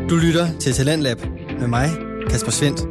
Du lytter til Talentlab med mig, Kasper Svendt.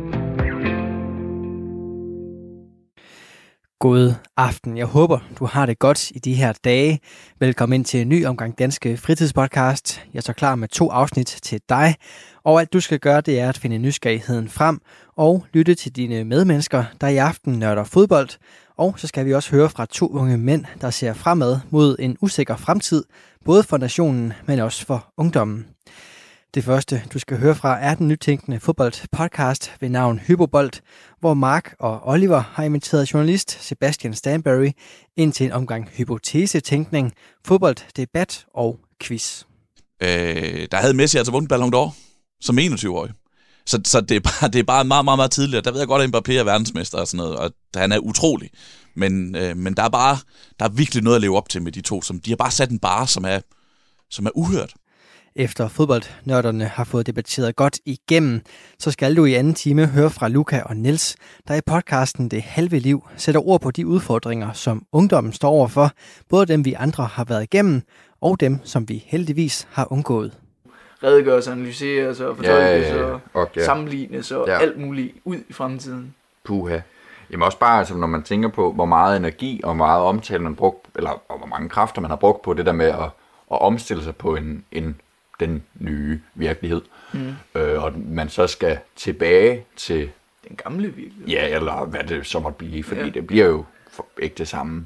God aften. Jeg håber, du har det godt i de her dage. Velkommen ind til en ny omgang Danske Fritidspodcast. Jeg står klar med 2 afsnit til dig. Og alt du skal gøre, det er at finde nysgerrigheden frem og lytte til dine medmennesker, der i aften nørder fodbold. Og så skal vi også høre fra 2 unge mænd, der ser fremad mod en usikker fremtid, både for nationen, men også for ungdommen. Det første, du skal høre fra, er den nytænkende fodboldpodcast ved navn Hypobold, hvor Mark og Oliver har inviteret journalist Sebastian Stanbury ind til en omgang hypotesetænkning, fodbolddebat og quiz. Der havde Messi altså vundet Ballon d'Or som 21-årig. Så det er bare meget, meget, meget tidligere. Der ved jeg godt, at Mbappé er verdensmester og sådan noget, og han er utrolig. Men der er virkelig noget at leve op til med de to, som de har bare sat en barre, som er uhørt. Efter fodboldnørderne har fået debatteret godt igennem, så skal du i anden time høre fra Luca og Niels, der i podcasten Det Halve Liv sætter ord på de udfordringer, som ungdommen står overfor, både dem vi andre har været igennem, og dem, som vi heldigvis har undgået. Redegøres, analyseres og fortolkes og sammenlignes og alt muligt ud i fremtiden. Puha. Jamen også bare, altså, når man tænker på, hvor meget energi og meget omtale man brugt, eller hvor mange kræfter man har brugt på det der med at omstille sig på den nye virkelighed. Og man så skal tilbage til den gamle virkelighed. Ja, eller hvad det så måtte blive, fordi det bliver jo ikke det samme.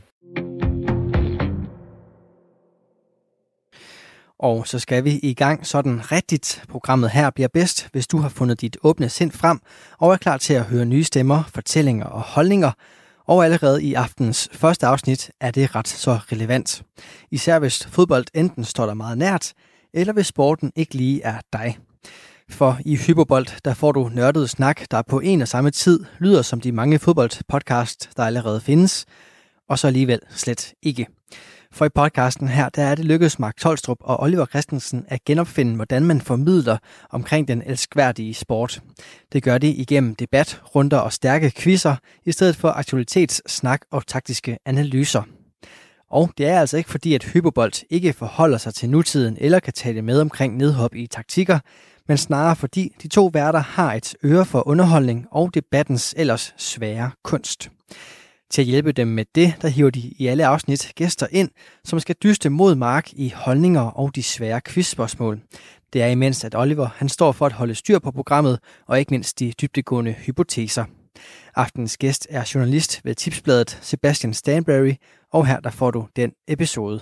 Og så skal vi i gang sådan rigtigt. Programmet her bliver bedst, hvis du har fundet dit åbne sind frem og er klar til at høre nye stemmer, fortællinger og holdninger. Og allerede i aftens første afsnit er det ret så relevant. Især hvis fodbold enten står der meget nært, eller hvis sporten ikke lige er dig. For i Hypobold, der får du nørdet snak, der på en og samme tid lyder som de mange fodboldpodcast, der allerede findes, og så alligevel slet ikke. For i podcasten her, der er det lykkedes Mark Tolstrup og Oliver Christensen at genopfinde, hvordan man formidler omkring den elskværdige sport. Det gør de igennem debat, runder og stærke quizzer, i stedet for aktualitetssnak og taktiske analyser. Og det er altså ikke fordi, at Hypobold ikke forholder sig til nutiden eller kan tale med omkring nedhop i taktikker, men snarere fordi de 2 værter har et øre for underholdning og debattens ellers svære kunst. Til at hjælpe dem med det, der hiver de i alle afsnit gæster ind, som skal dyste mod Mark i holdninger og de svære quizspørgsmål. Det er imens, at Oliver han står for at holde styr på programmet, og ikke mindst de dybdegående hypoteser. Aftens gæst er journalist ved Tipsbladet Sebastian Stanbury, og her der får du den episode.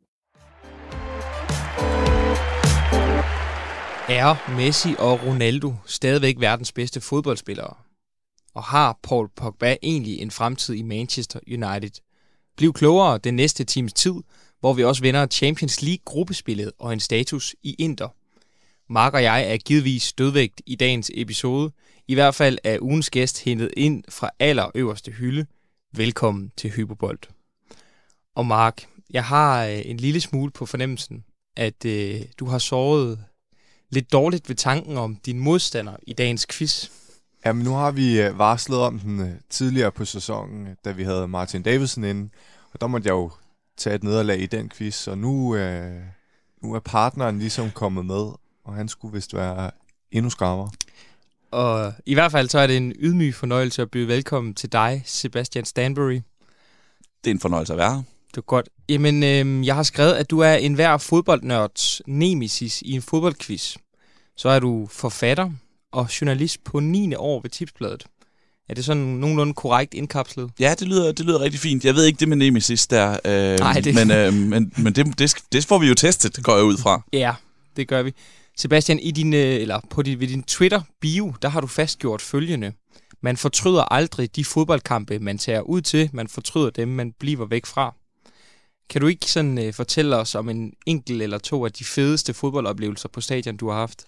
Er Messi og Ronaldo stadigvæk verdens bedste fodboldspillere? Og har Paul Pogba egentlig en fremtid i Manchester United? Bliv klogere den næste times tid, hvor vi også vinder Champions League-gruppespillet og en status i Inter. Mark og jeg er givetvis dødvægt i dagens episode. I hvert fald er ugens gæst hentet ind fra allerøverste hylde. Velkommen til Hypobold. Og Mark, jeg har en lille smule på fornemmelsen, at du har sovet lidt dårligt ved tanken om din modstander i dagens quiz. Jamen nu har vi varslet om den tidligere på sæsonen, da vi havde Martin Davidsen inde, og der måtte jeg jo tage et nederlag i den quiz, og nu er partneren ligesom kommet med, og han skulle vist være endnu skarpere. Og i hvert fald så er det en ydmyg fornøjelse at byde velkommen til dig, Sebastian Stanbury. Det er en fornøjelse at være her. Det er godt. Jamen, jeg har skrevet, at du er enhver fodboldnørds nemesis i en fodboldquiz. Så er du forfatter og journalist på 9. år ved Tipsbladet. Er det sådan nogenlunde korrekt indkapslet? Ja, det lyder rigtig fint. Jeg ved ikke det med nemesis der, Nej, det... men det får vi jo testet, går jeg ud fra. Ja, det gør vi. Sebastian, ved din Twitter-bio, der har du fastgjort følgende. Man fortryder aldrig de fodboldkampe, man tager ud til. Man fortryder dem, man bliver væk fra. Kan du ikke sådan fortælle os om en enkelt eller 2 af de fedeste fodboldoplevelser på stadion, du har haft?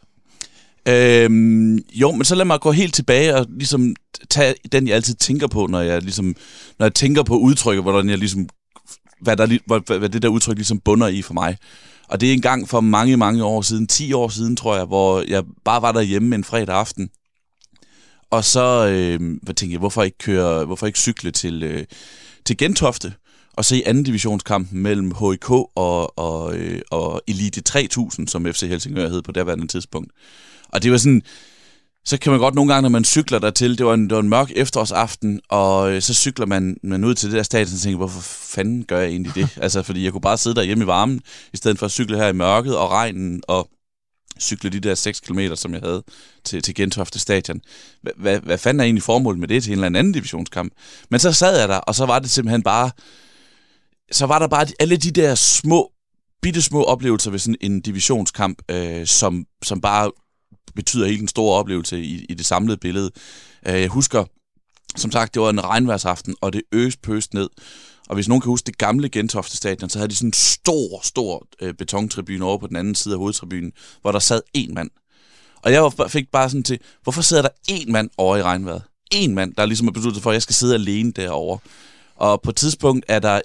Jo, men så lad mig gå helt tilbage og ligesom tage den, jeg altid tænker på, når jeg tænker på udtrykket, hvordan jeg ligesom, hvad det der udtryk ligesom bunder i for mig. Og det er en gang for mange, mange år siden, 10 år siden, tror jeg, hvor jeg bare var derhjemme en fredag aften. Og så tænkte jeg, hvorfor ikke cykle til Gentofte? at se anden divisionskampen mellem HIK og Elite 3000, som FC Helsingør hed på derværende tidspunkt. Og det var sådan, så kan man godt nogle gange, når man cykler dertil, det var en mørk efterårsaften, og så cykler man ud til det der stadion, og tænker, hvorfor fanden gør jeg egentlig det? Altså, fordi jeg kunne bare sidde derhjemme i varmen, i stedet for at cykle her i mørket og regnen, og cykle de der 6 kilometer, som jeg havde til Gentofte Stadion. Hvad fanden er egentlig formålet med det til en eller anden divisionskamp? Men så sad jeg der, og så var det simpelthen bare, alle de der bittesmå oplevelser ved sådan en divisionskamp, som bare betyder hele den store oplevelse i det samlede billede. Jeg husker, som sagt, det var en regnværsaften, og det pøste ned. Og hvis nogen kan huske det gamle Gentofte Stadion, så havde de sådan en stor betontribune over på den anden side af hovedtribunen, hvor der sad én mand. Og jeg fik bare sådan til, hvorfor sidder der én mand over i regnvejret? Én mand, der ligesom er besluttet for, at jeg skal sidde alene derovre. Og på et tidspunkt er der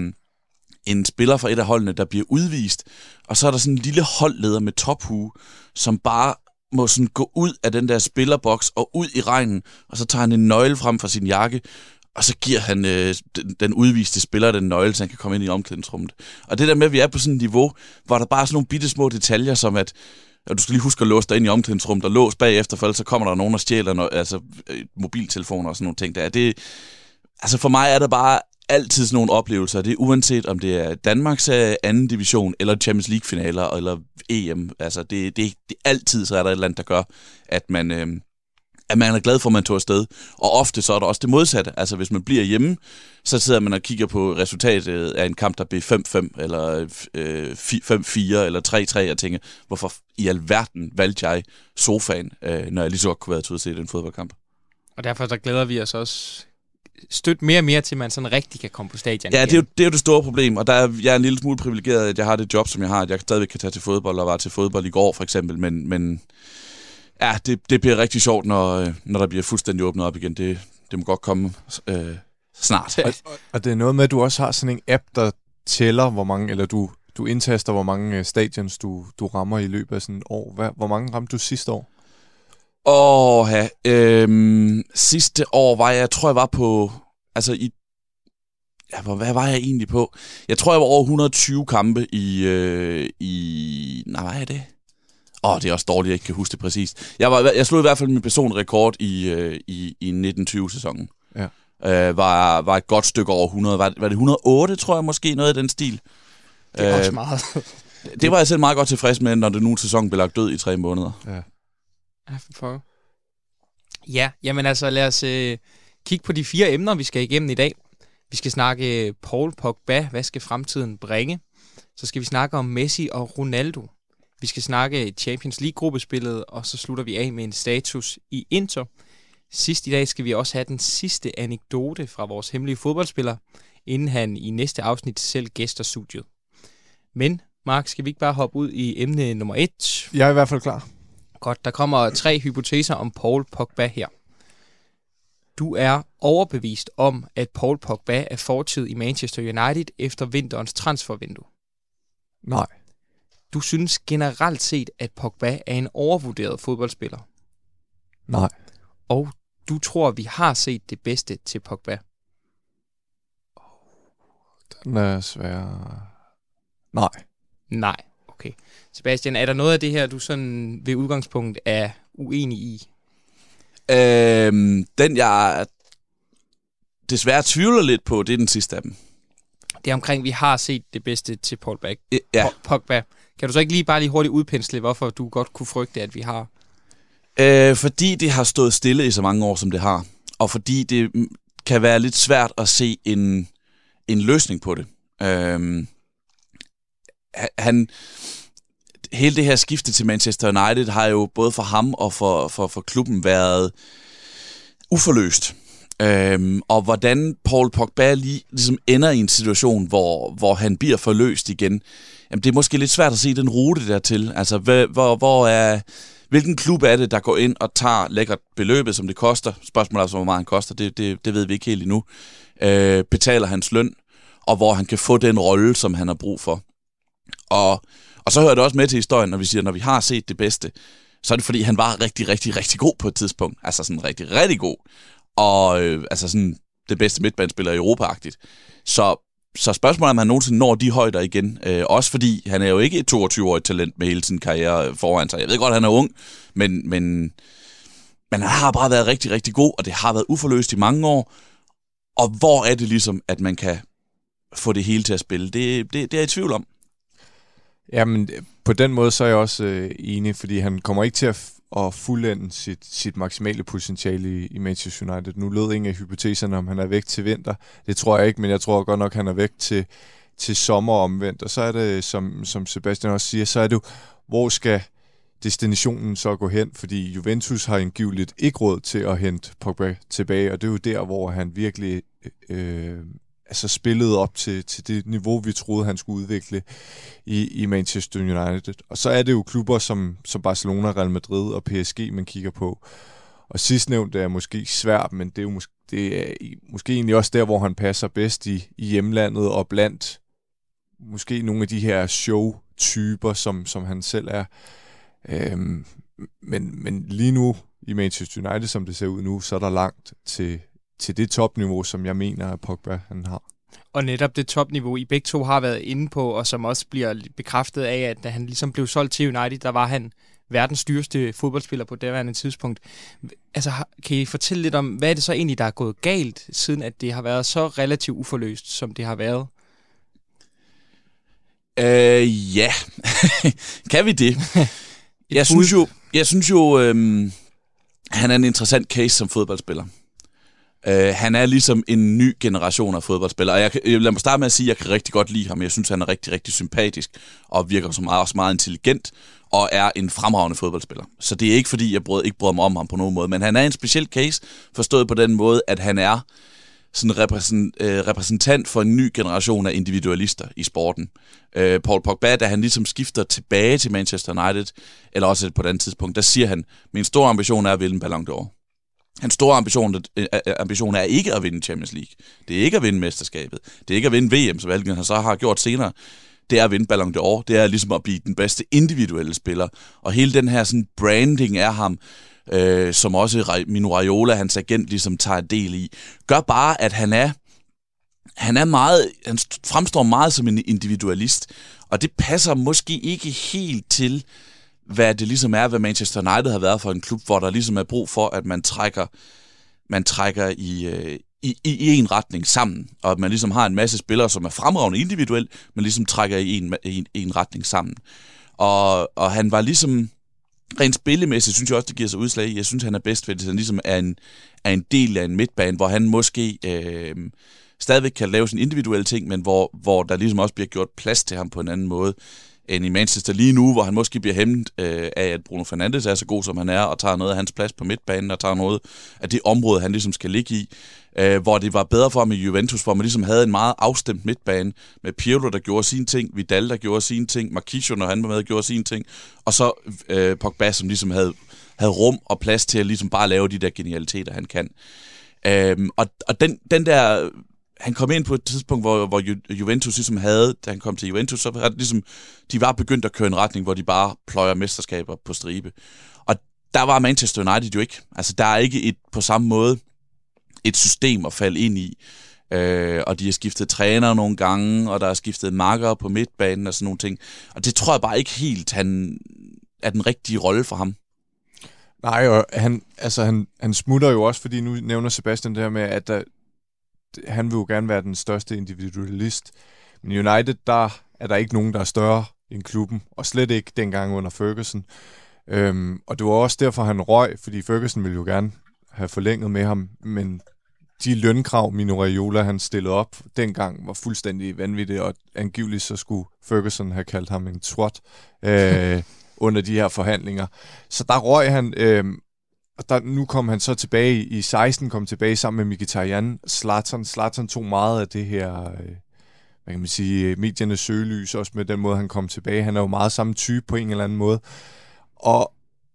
en spiller fra et af holdene, der bliver udvist, og så er der sådan en lille holdleder med tophue, som bare må sådan gå ud af den der spillerboks og ud i regnen, og så tager han en nøgle frem fra sin jakke, og så giver han den udviste spiller den nøgle, så han kan komme ind i omklædningsrummet. Og det der med, at vi er på sådan et niveau, hvor der bare er sådan nogle bitte små detaljer, som at du skal lige huske at låse dig ind i omklædningsrummet og låse bagefter, for ellers så kommer der nogen og stjæler mobiltelefoner og sådan nogle ting der. Altså for mig er der bare altid sådan nogle oplevelser. Det er uanset om det er Danmarks anden division, eller Champions League-finaler, eller EM. Altså det er altid, så er der et eller andet, der gør, at man er glad for, at man tog afsted. Og ofte så er der også det modsatte. Altså hvis man bliver hjemme, så sidder man og kigger på resultatet af en kamp, der bliver 5-5, eller 5-4, eller 3-3, og tænker, hvorfor i alverden valgte jeg sofaen, når jeg lige så godt kunne være til at se den fodboldkamp. Og derfor så glæder vi os også støtte mere og mere til, at man sådan rigtig kan komme på stadion. Ja, det er jo det store problem, og jeg er en lille smule privilegeret, at jeg har det job, som jeg har, at jeg stadigvæk kan tage til fodbold, og var til fodbold i går for eksempel, men ja, det bliver rigtig sjovt, når der bliver fuldstændig åbnet op igen. Det må godt komme snart. Og det er noget med, at du også har sådan en app, der tæller, hvor mange, eller du indtaster, hvor mange stadions du rammer i løbet af sådan et år. Hvor mange ramte du sidste år? Sidste år var jeg tror jeg var på, altså hvad var jeg egentlig på? Jeg tror, jeg var over 120 kampe nej, hvad er det? Det er også dårligt, jeg ikke kan huske det præcist. Jeg slog i hvert fald min personrekord i 1920-sæsonen. Ja. Var et godt stykke over 100. Var det 108, tror jeg måske, noget i den stil. Det er også meget. Det var jeg selv meget godt tilfreds med, når det nu sæsonen blev lagt død i 3 måneder. Ja. Ja, jamen altså lad os kigge på de 4 emner, vi skal igennem i dag. Vi skal snakke Paul Pogba, hvad skal fremtiden bringe? Så skal vi snakke om Messi og Ronaldo. Vi skal snakke Champions League-gruppespillet, og så slutter vi af med en status i Inter. Sidst i dag skal vi også have den sidste anekdote fra vores hemmelige fodboldspiller, inden han i næste afsnit selv gæster studiet. Men, Mark, skal vi ikke bare hoppe ud i emne nummer 1? Jeg er i hvert fald klar. Godt, der kommer 3 hypoteser om Paul Pogba her. Du er overbevist om, at Paul Pogba er fortid i Manchester United efter vinterens transfervindue. Nej. Du synes generelt set, at Pogba er en overvurderet fodboldspiller. Nej. Og du tror, vi har set det bedste til Pogba. Den er svær. Nej. Nej. Okay. Sebastian, er der noget af det her, du sådan ved udgangspunkt er uenig i? Den jeg desværre tvivler lidt på, det er den sidste af dem. Det er omkring, vi har set det bedste til Paul Pogba. Kan du så ikke lige hurtigt udpensle, hvorfor du godt kunne frygte, at vi har? Fordi det har stået stille i så mange år, som det har. Og fordi det kan være lidt svært at se en løsning på det. Hele det her skifte til Manchester United har jo både for ham og for klubben været uforløst. Og hvordan Paul Pogba ligesom ender i en situation, hvor han bliver forløst igen, jamen det er måske lidt svært at se den rute dertil. Altså, hvilken klub er det, der går ind og tager lækkert beløbet, som det koster? Spørgsmålet er så, hvor meget han koster, det ved vi ikke helt endnu. Betaler hans løn, og hvor han kan få den rolle, som han har brug for. Og så hører det også med til historien, når vi siger, når vi har set det bedste, så er det fordi, han var rigtig, rigtig, rigtig god på et tidspunkt. Altså sådan rigtig, rigtig god. Og altså sådan det bedste midtbanespiller i Europa-agtigt. Så Så spørgsmålet er, om han nogensinde når de højder igen. Også fordi han er jo ikke et 22-årigt talent med hele sin karriere foran sig. Jeg ved godt, at han er ung, men han har bare været rigtig, rigtig god, og det har været uforløst i mange år. Og hvor er det ligesom, at man kan få det hele til at spille? Det er jeg i tvivl om. Jamen, på den måde så er jeg også enig, fordi han kommer ikke til at fuldende sit maksimale potentiale i Manchester United. Nu lød ingen af hypoteserne, om han er væk til vinter. Det tror jeg ikke, men jeg tror godt nok, han er væk til sommer omvendt. Og så er det, som Sebastian også siger, så er det jo, hvor skal destinationen så gå hen? Fordi Juventus har angiveligt ikke råd til at hente Pogba tilbage, og det er jo der, hvor han virkelig spillede op til det niveau, vi troede, han skulle udvikle i Manchester United. Og så er det jo klubber som Barcelona, Real Madrid og PSG, man kigger på. Og sidstnævnte er måske svært, men det er jo måske egentlig også der, hvor han passer bedst i hjemlandet og blandt måske nogle af de her show-typer, som han selv er. Men lige nu i Manchester United, som det ser ud nu, så er der langt til det topniveau, som jeg mener, at Pogba han har. Og netop det topniveau, I begge to har været inde på, og som også bliver bekræftet af, at da han ligesom blev solgt til United, der var han verdens dyreste fodboldspiller på daværende tidspunkt. Altså, kan I fortælle lidt om, hvad er det så egentlig, der er gået galt, siden at det har været så relativt uforløst, som det har været? Ja. Kan vi det? Jeg synes jo, han er en interessant case som fodboldspiller. Han er ligesom en ny generation af fodboldspillere, og lad mig starte med at sige, at jeg kan rigtig godt lide ham. Jeg synes, han er rigtig, rigtig sympatisk, og virker som også meget intelligent, og er en fremragende fodboldspiller. Så det er ikke, fordi jeg ikke bryder mig om ham på nogen måde, men han er en speciel case, forstået på den måde, at han er sådan repræsentant for en ny generation af individualister i sporten. Paul Pogba, da han ligesom skifter tilbage til Manchester United, eller også på et andet tidspunkt, der siger han, min store ambition er at vinde en Ballon d'Or. Hans store ambition er ikke at vinde Champions League. Det er ikke at vinde mesterskabet. Det er ikke at vinde VM, som han så har gjort senere. Det er at vinde Ballon d'Or. Det er ligesom at blive den bedste individuelle spiller. Og hele den her sådan branding af ham, som også Mino Raiola, hans agent, ligesom tager del i, gør bare, at han fremstår meget som en individualist. Og det passer måske ikke helt til, hvad det ligesom er, hvad Manchester United har været for en klub, hvor der ligesom er brug for, at man trækker i en retning sammen, og at man ligesom har en masse spillere, som er fremragende individuelt, men ligesom trækker i en retning sammen. Og han var ligesom, rent spillemæssigt, synes jeg også, det giver sig udslag i. Jeg synes, han er bedst ved det, han ligesom er en del af en midtbane, hvor han måske stadigvæk kan lave sin individuelle ting, men hvor der ligesom også bliver gjort plads til ham på en anden måde, end i Manchester lige nu, hvor han måske bliver hæmmet af, at Bruno Fernandes er så god, som han er, og tager noget af hans plads på midtbanen, og tager noget af det område, han ligesom skal ligge i, hvor det var bedre for ham i Juventus, hvor man ligesom havde en meget afstemt midtbane, med Pirlo, der gjorde sine ting, Vidal, der gjorde sine ting, Marquisio, når han var med, gjorde sine ting, og så Pogba, som ligesom havde rum og plads til at ligesom bare lave de der genialiteter, han kan. Og den der... Han kom ind på et tidspunkt, hvor Juventus ligesom havde, da han kom til Juventus, så var det ligesom, de var begyndt at køre en retning, hvor de bare pløjer mesterskaber på stribe. Og der var Manchester United jo ikke. Altså, der er ikke på samme måde et system at falde ind i. Og de har skiftet træner nogle gange, og der er skiftet markere på midtbanen og sådan nogle ting. Og det tror jeg bare ikke helt, han er den rigtige rolle for ham. Nej, og han smutter jo også, fordi nu nævner Sebastian det her med, at han vil jo gerne være den største individualist. Men United, der er der ikke nogen, der er større end klubben, og slet ikke dengang under Ferguson. Og det var også derfor, han røg, fordi Ferguson ville jo gerne have forlænget med ham, men de lønkrav, Mino Raiola han stillede op dengang, var fuldstændig vanvittige, og angiveligt så skulle Ferguson have kaldt ham en twat under de her forhandlinger. Så der røg han... Og nu kom han så tilbage i 16, kom tilbage sammen med Mkhitaryan. Zlatan tog meget af det her, hvad kan man sige, mediernes søgelys, også med den måde, han kom tilbage. Han er jo meget samme type på en eller anden måde. Og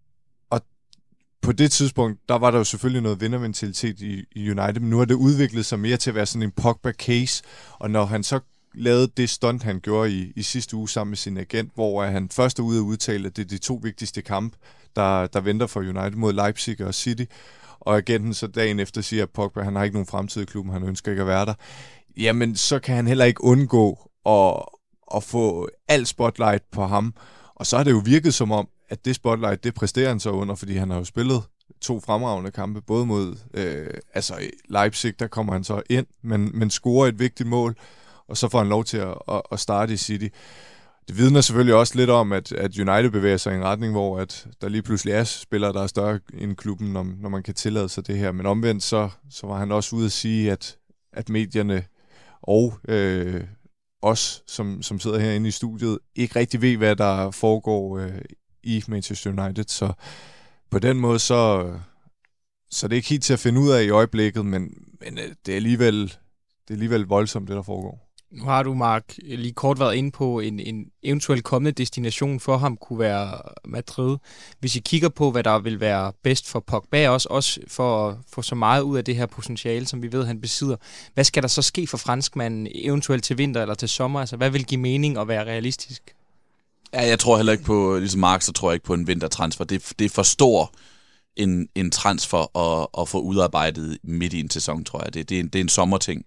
på det tidspunkt, der var der jo selvfølgelig noget vindermentalitet i United, men nu har det udviklet sig mere til at være sådan en Pogba-case. Og når han så lavede det stunt, han gjorde i sidste uge sammen med sin agent, hvor han først er ude at udtale, at det er de 2 vigtigste kampe, der venter for United mod Leipzig og City. og agenten så dagen efter siger, at Pogba, han har ikke nogen fremtid i klubben, han ønsker ikke at være der, jamen så kan han heller ikke undgå at få alt spotlight på ham. Og så har det jo virket som om, at det spotlight, det præsterer han så under, fordi han har jo spillet 2 fremragende kampe, både mod Leipzig, der kommer han så ind, men scorer et vigtigt mål, og så får han lov til at starte i City. Det vidner selvfølgelig også lidt om, at United bevæger sig i en retning, hvor at der lige pludselig er spillere, der er større end klubben, når man kan tillade sig det her. Men omvendt, så var han også ude at sige, at medierne og os, som sidder herinde i studiet, ikke rigtig ved, hvad der foregår i Manchester United. Så på den måde, så er det ikke helt til at finde ud af i øjeblikket, men det er alligevel voldsomt, det der foregår. Nu har du, Mark, lige kort været inde på en eventuel kommende destination for ham kunne være Madrid. Hvis I kigger på, hvad der vil være bedst for Pogba, også for at få så meget ud af det her potentiale, som vi ved, han besidder. Hvad skal der så ske for franskmanden, eventuelt til vinter eller til sommer? Altså, hvad vil give mening at være realistisk? Ja, jeg tror heller ikke på, ligesom Mark, så tror jeg ikke på en vintertransfer. Det er for stor en transfer at få udarbejdet midt i en sæson, tror jeg. Det er en sommerting.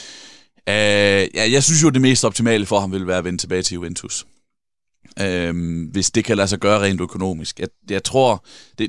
Jeg synes jo, det mest optimale for ham vil være at vende tilbage til Juventus. Hvis det kan lade sig gøre rent økonomisk. Jeg tror,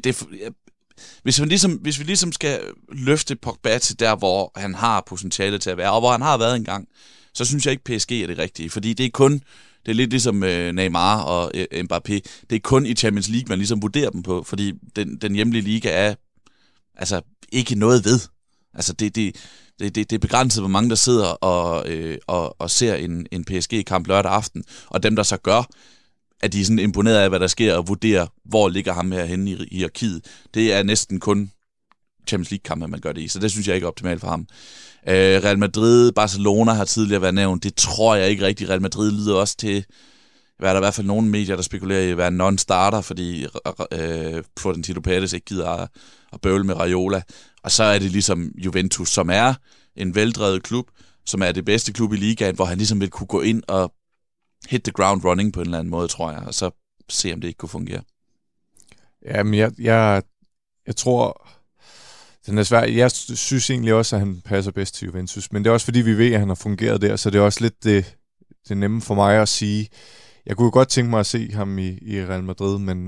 hvis vi ligesom skal løfte Pogba til der, hvor han har potentiale til at være, og hvor han har været engang, så synes jeg ikke, PSG er det rigtige. Fordi det er lidt ligesom Neymar og Mbappé. Det er kun i Champions League, man ligesom vurderer dem på, fordi den hjemlige liga er altså ikke noget ved. Altså det er begrænset, hvor mange der sidder og ser en PSG-kamp lørdag aften, og dem, der så gør, at de er sådan imponeret af, hvad der sker, og vurderer, hvor ligger ham her henne i hierarkiet. Det er næsten kun Champions League-kampe, man gør det i, så det synes jeg ikke er optimalt for ham. Real Madrid, Barcelona har tidligere været nævnt, det tror jeg ikke rigtigt. Real Madrid lyder også til, hvad er der i hvert fald nogle medier, der spekulerer i at være non-starter, fordi Florentino Pérez ikke gider at bøvle med Raiola. Og så er det ligesom Juventus, som er en veldrevet klub, som er det bedste klub i ligaen, hvor han ligesom vil kunne gå ind og hit the ground running på en eller anden måde, tror jeg, og så se, om det ikke kunne fungere. Jamen, jeg tror, den er svær. Jeg synes egentlig også, at han passer bedst til Juventus, men det er også fordi, vi ved, at han har fungeret der, så det er også lidt det nemme for mig at sige. Jeg kunne godt tænke mig at se ham i Real Madrid, men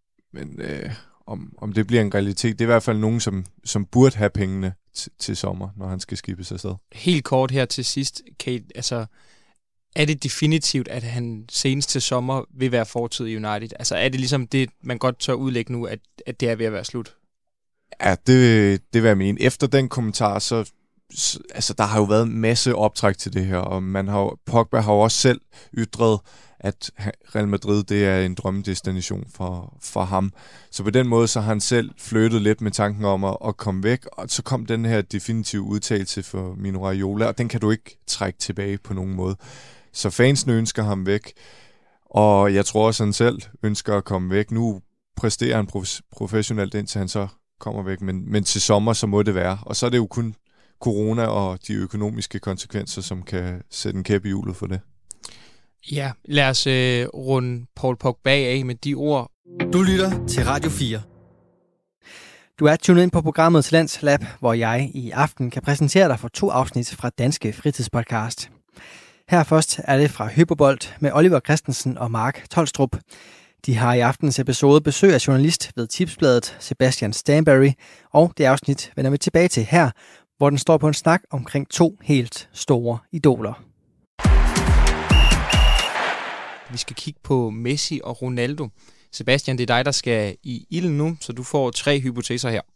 om det bliver en realitet, det er i hvert fald nogen, som burde have pengene til sommer, når han skal skibes afsted. Helt kort her til sidst, Kate, altså er det definitivt, at han senest til sommer vil være fortid i United? Altså er det ligesom det, man godt tør udlægge nu, at det er ved at være slut? Ja, det vil jeg mene. Efter den kommentar, så altså, der har jo været en masse optræk til det her, og Pogba har jo også selv ytret, at Real Madrid, det er en drømmedestination for ham. Så på den måde, så har han selv flyttet lidt med tanken om at komme væk, og så kom den her definitive udtalelse for Mino Raiola, og den kan du ikke trække tilbage på nogen måde. Så fansene ønsker ham væk, og jeg tror også, han selv ønsker at komme væk. Nu præsterer han professionelt, indtil han så kommer væk, men til sommer, så må det være. Og så er det jo kun corona og de økonomiske konsekvenser, som kan sætte en kæp i hjulet for det. Ja, lad os runde Paul Pogba af med de ord. Du lytter til Radio 4. Du er tunet ind på programmet Talents Lab, hvor jeg i aften kan præsentere dig for 2 afsnit fra Danske Fritidspodcast. Her først er det fra Hyperbold med Oliver Christensen og Mark Tolstrup. De har i aftens episode besøg af journalist ved Tipsbladet Sebastian Stanbury, og det afsnit vender vi tilbage til her, hvor den står på en snak omkring 2 helt store idoler. Vi skal kigge på Messi og Ronaldo. Sebastian, det er dig, der skal i ilden nu, så du får 3 hypoteser her.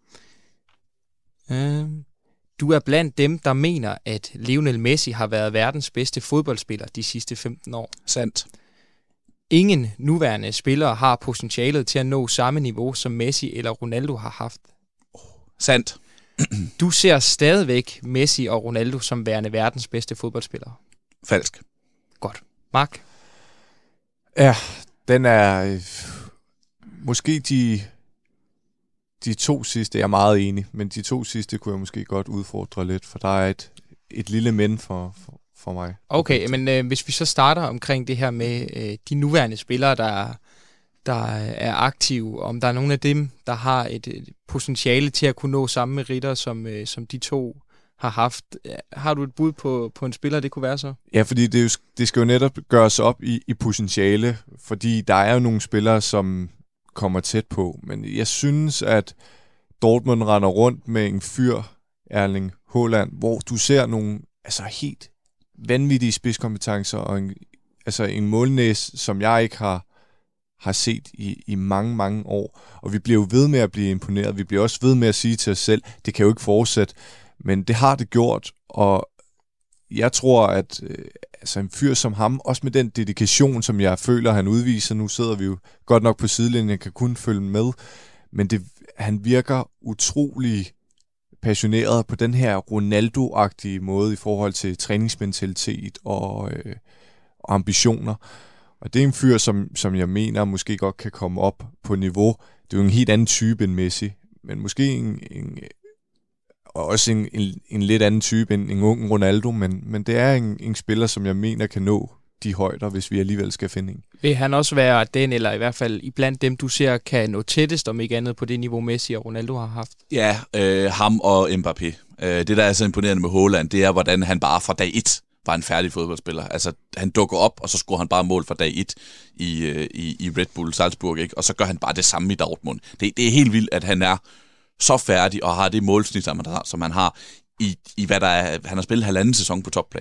Du er blandt dem, der mener, at Lionel Messi har været verdens bedste fodboldspiller de sidste 15 år. Sandt. Ingen nuværende spillere har potentialet til at nå samme niveau, som Messi eller Ronaldo har haft. Sandt. Du ser stadigvæk Messi og Ronaldo som værende verdens bedste fodboldspillere. Falsk. Godt. Mark? Ja, den er måske de 2 sidste, jeg er meget enig, men de 2 sidste kunne jeg måske godt udfordre lidt, for der er et lille men for mig. Okay, men hvis vi så starter omkring det her med de nuværende spillere, der er aktive, om der er nogle af dem, der har et potentiale til at kunne nå samme meritter, som de to har haft. Har du et bud på en spiller, det kunne være så? Ja, fordi det skal jo netop gøres op i potentiale, fordi der er jo nogle spillere, som kommer tæt på, men jeg synes, at Dortmund render rundt med en fyr, Erling Haaland, hvor du ser nogle helt vanvittige spidskompetencer og en målnæs, som jeg ikke har set i mange, mange år. Og vi bliver jo ved med at blive imponeret. Vi bliver også ved med at sige til os selv, det kan jo ikke fortsætte. Men det har det gjort, og jeg tror, at en fyr som ham, også med den dedikation, som jeg føler, han udviser, nu sidder vi jo godt nok på sidelinjen, kan kun følge med, men han virker utrolig passioneret på den her Ronaldo-agtige måde i forhold til træningsmentalitet og ambitioner. Og det er en fyr, som jeg mener måske godt kan komme op på niveau. Det er jo en helt anden type end Messi, men måske også en lidt anden type end en ung Ronaldo, men det er en spiller, som jeg mener kan nå de højder, hvis vi alligevel skal finde en. Vil han også være den, eller i hvert fald iblandt dem, du ser, kan nå tættest, om ikke andet på det niveau, Messi og Ronaldo har haft? Ja, ham og Mbappé. Det, der er så imponerende med Haaland, det er, hvordan han bare fra dag 1 var en færdig fodboldspiller. Altså, han dukker op, og så scorer han bare mål fra dag 1 i Red Bull Salzburg, ikke? Og så gør han bare det samme i Dortmund. Det er helt vildt, at han er så færdig og har det målsnit, som han har i hvad der er. Han har spillet 1,5 sæson på topplan.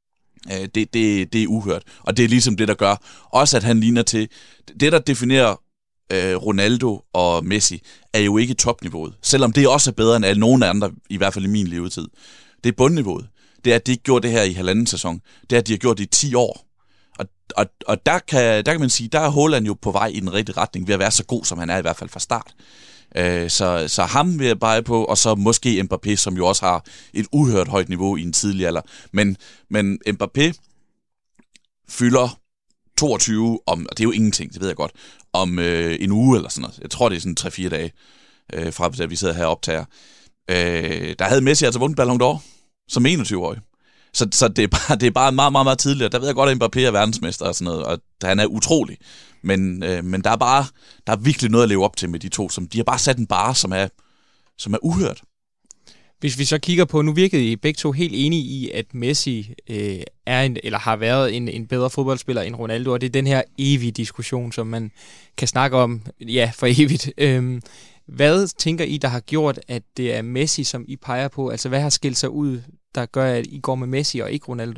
Det er uhørt. Og det er ligesom det, der gør også, at han ligner til... Det, der definerer Ronaldo og Messi, er jo ikke topniveauet. Selvom det også er bedre end alle nogen andre, i hvert fald i min levetid. Det er bundniveauet. Det er, at de ikke gjorde det her i 1,5 sæson. Det er, at de har gjort det i 10 år. Og der kan man sige, der er Haaland jo på vej i den rigtige retning, ved at være så god, som han er i hvert fald fra start. Så ham vil jeg bare på, og så måske Mbappé, som jo også har et uhørt højt niveau i en tidlig alder. Men Mbappé fylder 22 om, og det er jo ingenting, det ved jeg godt, om en uge eller sådan noget. Jeg tror, det er sådan 3-4 dage, fra da vi sidder her og optager. Der havde Messi altså vundet Ballon d'Or som 21-årig. Så det er bare meget, meget, meget tidligere. Der ved jeg godt, at Mbappé er verdensmester og sådan noget, og han er utrolig. Men der er virkelig noget at leve op til med de to, som de har bare sat en barre, som er uhørt. Hvis vi så kigger på, nu virkede I begge to helt enige i, at Messi eller har været en bedre fodboldspiller end Ronaldo, og det er den her evige diskussion, som man kan snakke om, ja, for evigt. Hvad tænker I, der har gjort, at det er Messi, som I peger på? Altså, hvad har skilt sig ud, der gør, at I går med Messi og ikke Ronaldo?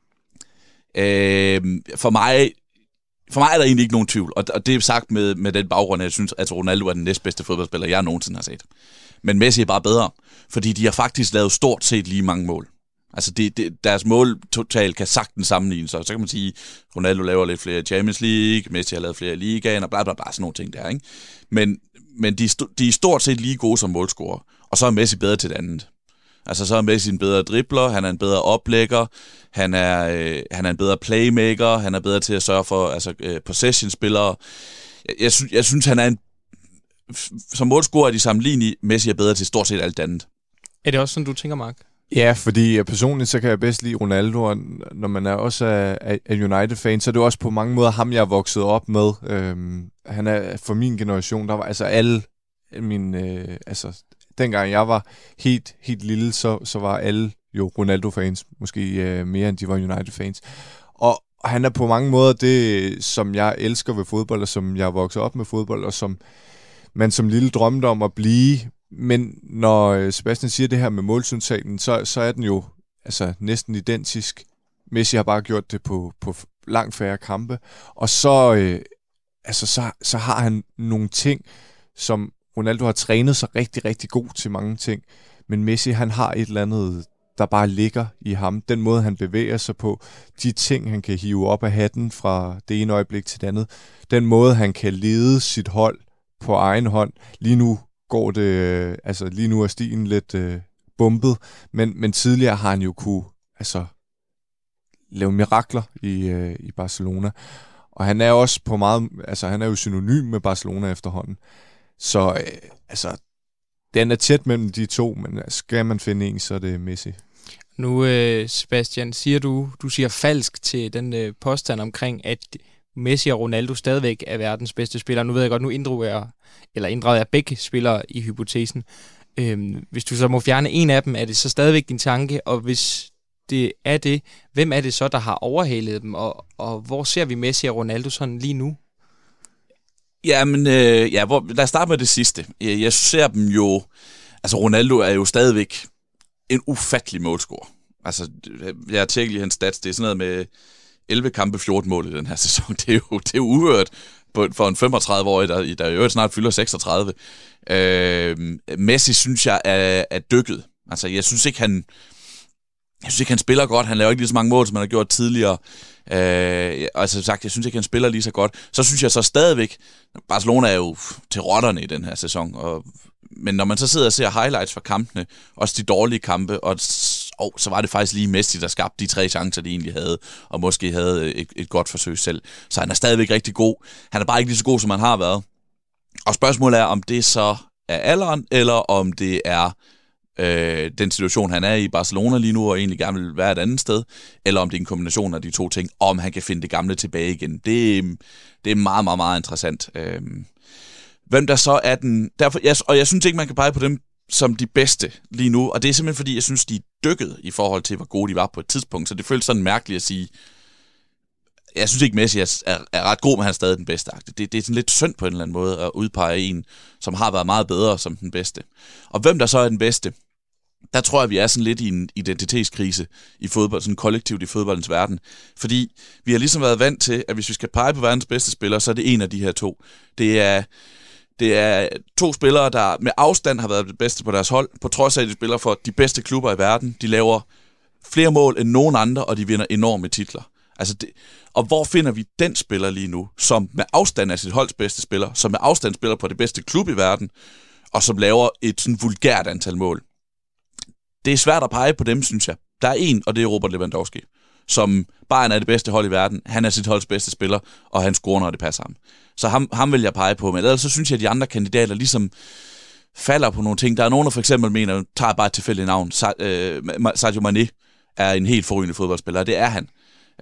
For mig er der egentlig ikke nogen tvivl, og det er sagt med den baggrund, at jeg synes, at Ronaldo er den næstbedste fodboldspiller, jeg nogensinde har set. Men Messi er bare bedre, fordi de har faktisk lavet stort set lige mange mål. Altså deres mål totalt kan sagtens sammenlignes, så kan man sige, Ronaldo laver lidt flere Champions League, Messi har lavet flere i ligaen, og bla bla bla, sådan nogle ting der, ikke? Men de er stort set lige gode som målscorer, og så er Messi bedre til det andet. Altså så er Messi en bedre dribler, han er en bedre oplægger, han er en bedre playmaker, han er bedre til at sørge for possession-spillere. Jeg synes, han er som målscorer er de sammenlignelige. Messi er bedre til stort set alt andet. Er det også sådan, du tænker, Mark? Ja, fordi personligt så kan jeg bedst lide Ronaldo, og når man er også af United-fan, så er det også på mange måder ham, jeg er vokset op med. Han er for min generation, der var altså alle mine... dengang jeg var helt lille, så var alle jo Ronaldo-fans, måske mere end de var United-fans. Og han er på mange måder det, som jeg elsker ved fodbold, og som jeg er vokset op med fodbold, og som man som lille drømte om at blive. Men når Sebastian siger det her med målsyntaten, så er den jo næsten identisk. Messi har bare gjort det på langt færre kampe. Og så har han nogle ting, som Ronaldo har trænet sig rigtig, rigtig god til mange ting. Men Messi, han har et eller andet, der bare ligger i ham. Den måde, han bevæger sig på. De ting, han kan hive op af hatten fra det ene øjeblik til det andet. Den måde, han kan lede sit hold på egen hånd. Lige nu går det, lige nu er stien lidt bumpet. Men tidligere har han jo kunne lave mirakler i Barcelona. Og han er også på meget, han er jo synonym med Barcelona efterhånden. Så den er tæt mellem de to, men skal man finde en, så er det Messi. Nu, Sebastian, siger du siger falsk til den påstand omkring, at Messi og Ronaldo stadigvæk er verdens bedste spillere. Nu ved jeg godt, nu inddrager jeg begge spillere i hypotesen. Hvis du så må fjerne en af dem, er det så stadigvæk din tanke? Og hvis det er det, hvem er det så, der har overhalet dem? Og hvor ser vi Messi og Ronaldo sådan lige nu? Jamen, lad os starte med det sidste. Jeg ser dem jo... Altså, Ronaldo er jo stadigvæk en ufattelig målscorer. Altså, jeg har tjekket lige hans stats. Det er sådan noget med 11 kampe, 14 mål i den her sæson. Det er jo uhørt for en 35-årig, der jo snart fylder 36. Messi, synes jeg, er dykket. Altså, jeg synes ikke, han spiller godt. Han laver ikke lige så mange mål, som han har gjort tidligere. Altså sagt, jeg synes ikke, han spiller lige så godt. Så synes jeg så stadigvæk, Barcelona er jo til rotterne i den her sæson. Men når man så sidder og ser highlights fra kampene, også de dårlige kampe, og så var det faktisk lige Messi, der skabte de 3 chancer, de egentlig havde, og måske havde et godt forsøg selv. Så han er stadigvæk rigtig god. Han er bare ikke lige så god, som han har været. Og spørgsmålet er, om det så er alderen, eller om det er den situation, han er i Barcelona lige nu, og egentlig gerne vil være et andet sted, eller om det er en kombination af de to ting, om han kan finde det gamle tilbage igen. Det er meget, meget, meget interessant. Hvem der så er den... og jeg synes ikke, man kan pege på dem som de bedste lige nu, og det er simpelthen fordi, jeg synes, de er dykket i forhold til, hvor gode de var på et tidspunkt, så det føles sådan mærkeligt at sige, jeg synes ikke, Messi er ret god, men han er stadig den bedste. Det er sådan lidt synd på en eller anden måde at udpege en, som har været meget bedre som den bedste. Og hvem der så er den bedste, der tror jeg, vi er sådan lidt i en identitetskrise i fodbold, sådan kollektivt i fodboldens verden. Fordi vi har ligesom været vant til, at hvis vi skal pege på verdens bedste spillere, så er det en af de her to. Det er 2 spillere, der med afstand har været det bedste på deres hold, på trods af, at de spiller for de bedste klubber i verden. De laver flere mål end nogen andre, og de vinder enorme titler. Altså og hvor finder vi den spiller lige nu, som med afstand er sit holds bedste spiller, som med afstand spiller på det bedste klub i verden, og som laver et sådan vulgært antal mål? Det er svært at pege på dem, synes jeg. Der er en, og det er Robert Lewandowski, som Bayern er det bedste hold i verden. Han er sit holds bedste spiller, og han scorer, når det passer ham. Så ham vil jeg pege på. Men ellers så synes jeg, at de andre kandidater ligesom falder på nogle ting. Der er nogen, der for eksempel mener, tager bare et tilfældigt navn. Sadio Mane er en helt forrygende fodboldspiller, og det er han.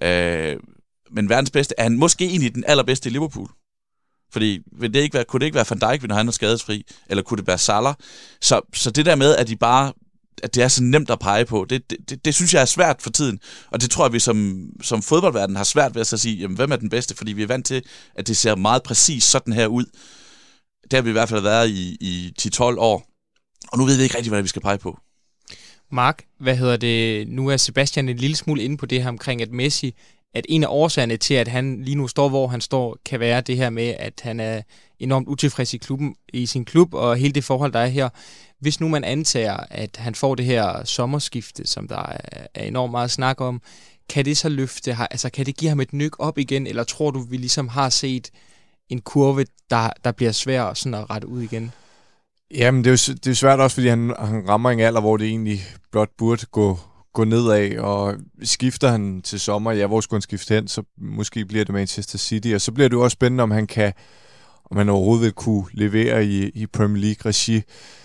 Men verdens bedste, er han måske egentlig den allerbedste i Liverpool? Fordi kunne det ikke være Van Dijk, når han er skadesfri? Eller kunne det være Salah? Så det der med, at det er så nemt at pege på, det synes jeg er svært for tiden. Og det tror jeg, vi som fodboldverden har svært ved at sige, jamen, hvem er den bedste? Fordi vi er vant til, at det ser meget præcis sådan her ud. Det har vi i hvert fald været i 10-12 år. Og nu ved vi ikke rigtig, hvad vi skal pege på. Mark, nu er Sebastian en lille smule inde på det her omkring, at Messi, at en af årsagerne til, at han lige nu står, hvor han står, kan være det her med, at han er enormt utilfreds i sin klub, og hele det forhold, der er her. Hvis nu man antager, at han får det her sommerskifte, som der er enormt meget snak om, kan det så løfte, altså kan det give ham et nyk op igen, eller tror du, vi ligesom har set en kurve, der bliver svær sådan at rette ud igen? Jamen, det er jo svært også, fordi han rammer en alder, hvor det egentlig blot burde gå nedad, og skifter han til sommer, ja, hvor skulle han skifte hen, så måske bliver det Manchester City, og så bliver det jo også spændende, om han overhovedet vil kunne levere i Premier League-regi.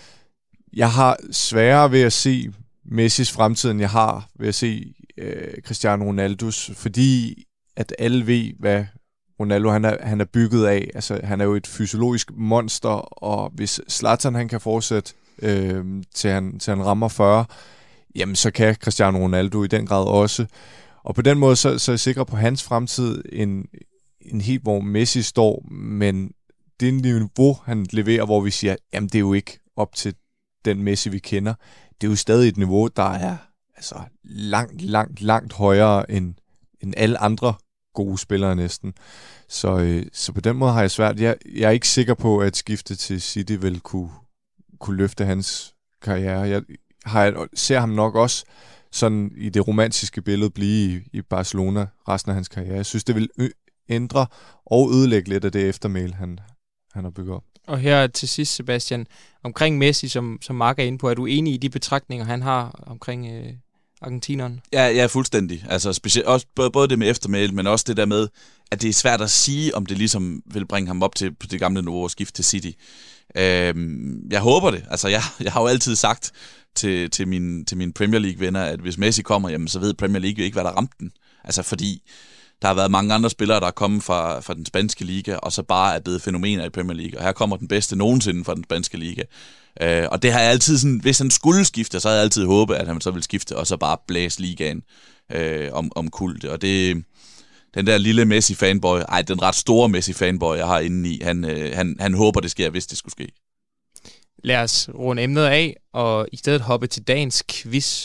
Jeg har sværere ved at se Messis fremtid, end jeg har ved at se Cristiano Ronaldos, fordi at alle ved, hvad Ronaldo han er bygget af. Altså, han er jo et fysiologisk monster, og hvis Zlatan han kan fortsætte til han rammer 40, jamen så kan Cristiano Ronaldo i den grad også. Og på den måde så er jeg sikker på hans fremtid en helt, hvor Messi står, men det niveau, han leverer, hvor vi siger, jamen det er jo ikke op til den Messi, vi kender. Det er jo stadig et niveau, der er altså langt højere end alle andre gode spillere næsten. Så på den måde har jeg svært. Jeg er ikke sikker på, at skifte til City vil kunne løfte hans karriere. Jeg ser ham nok også sådan i det romantiske billede blive i Barcelona resten af hans karriere. Jeg synes, det vil ændre og ødelægge lidt af det eftermæl, han har bygget op. Og her til sidst, Sebastian, omkring Messi, som Mark er inde på, er du enig i de betragtninger, han har omkring argentineren? Ja, jeg er fuldstændig. Altså specielt også både det med eftermæl, men også det der med, at det er svært at sige, om det ligesom vil bringe ham op til det gamle niveau og skifte til City. Jeg håber det. Altså jeg har jo altid sagt til mine Premier League-venner, at hvis Messi kommer, jamen, så ved Premier League jo ikke, hvad der ramte den. Altså fordi Der har været mange andre spillere, der er kommet fra den spanske liga, og så bare er blevet fænomener i Premier League. Og her kommer den bedste nogensinde fra den spanske liga. Og det har jeg altid sådan, hvis han skulle skifte, så havde jeg altid håbet, at han så ville skifte, og så bare blæse ligaen om kulte. Og det, den der lille Messi-fanboy, den ret store Messi-fanboy, jeg har inde i, han håber, det sker, hvis det skulle ske. Lad os runde emnet af, og i stedet hoppe til dagens quiz.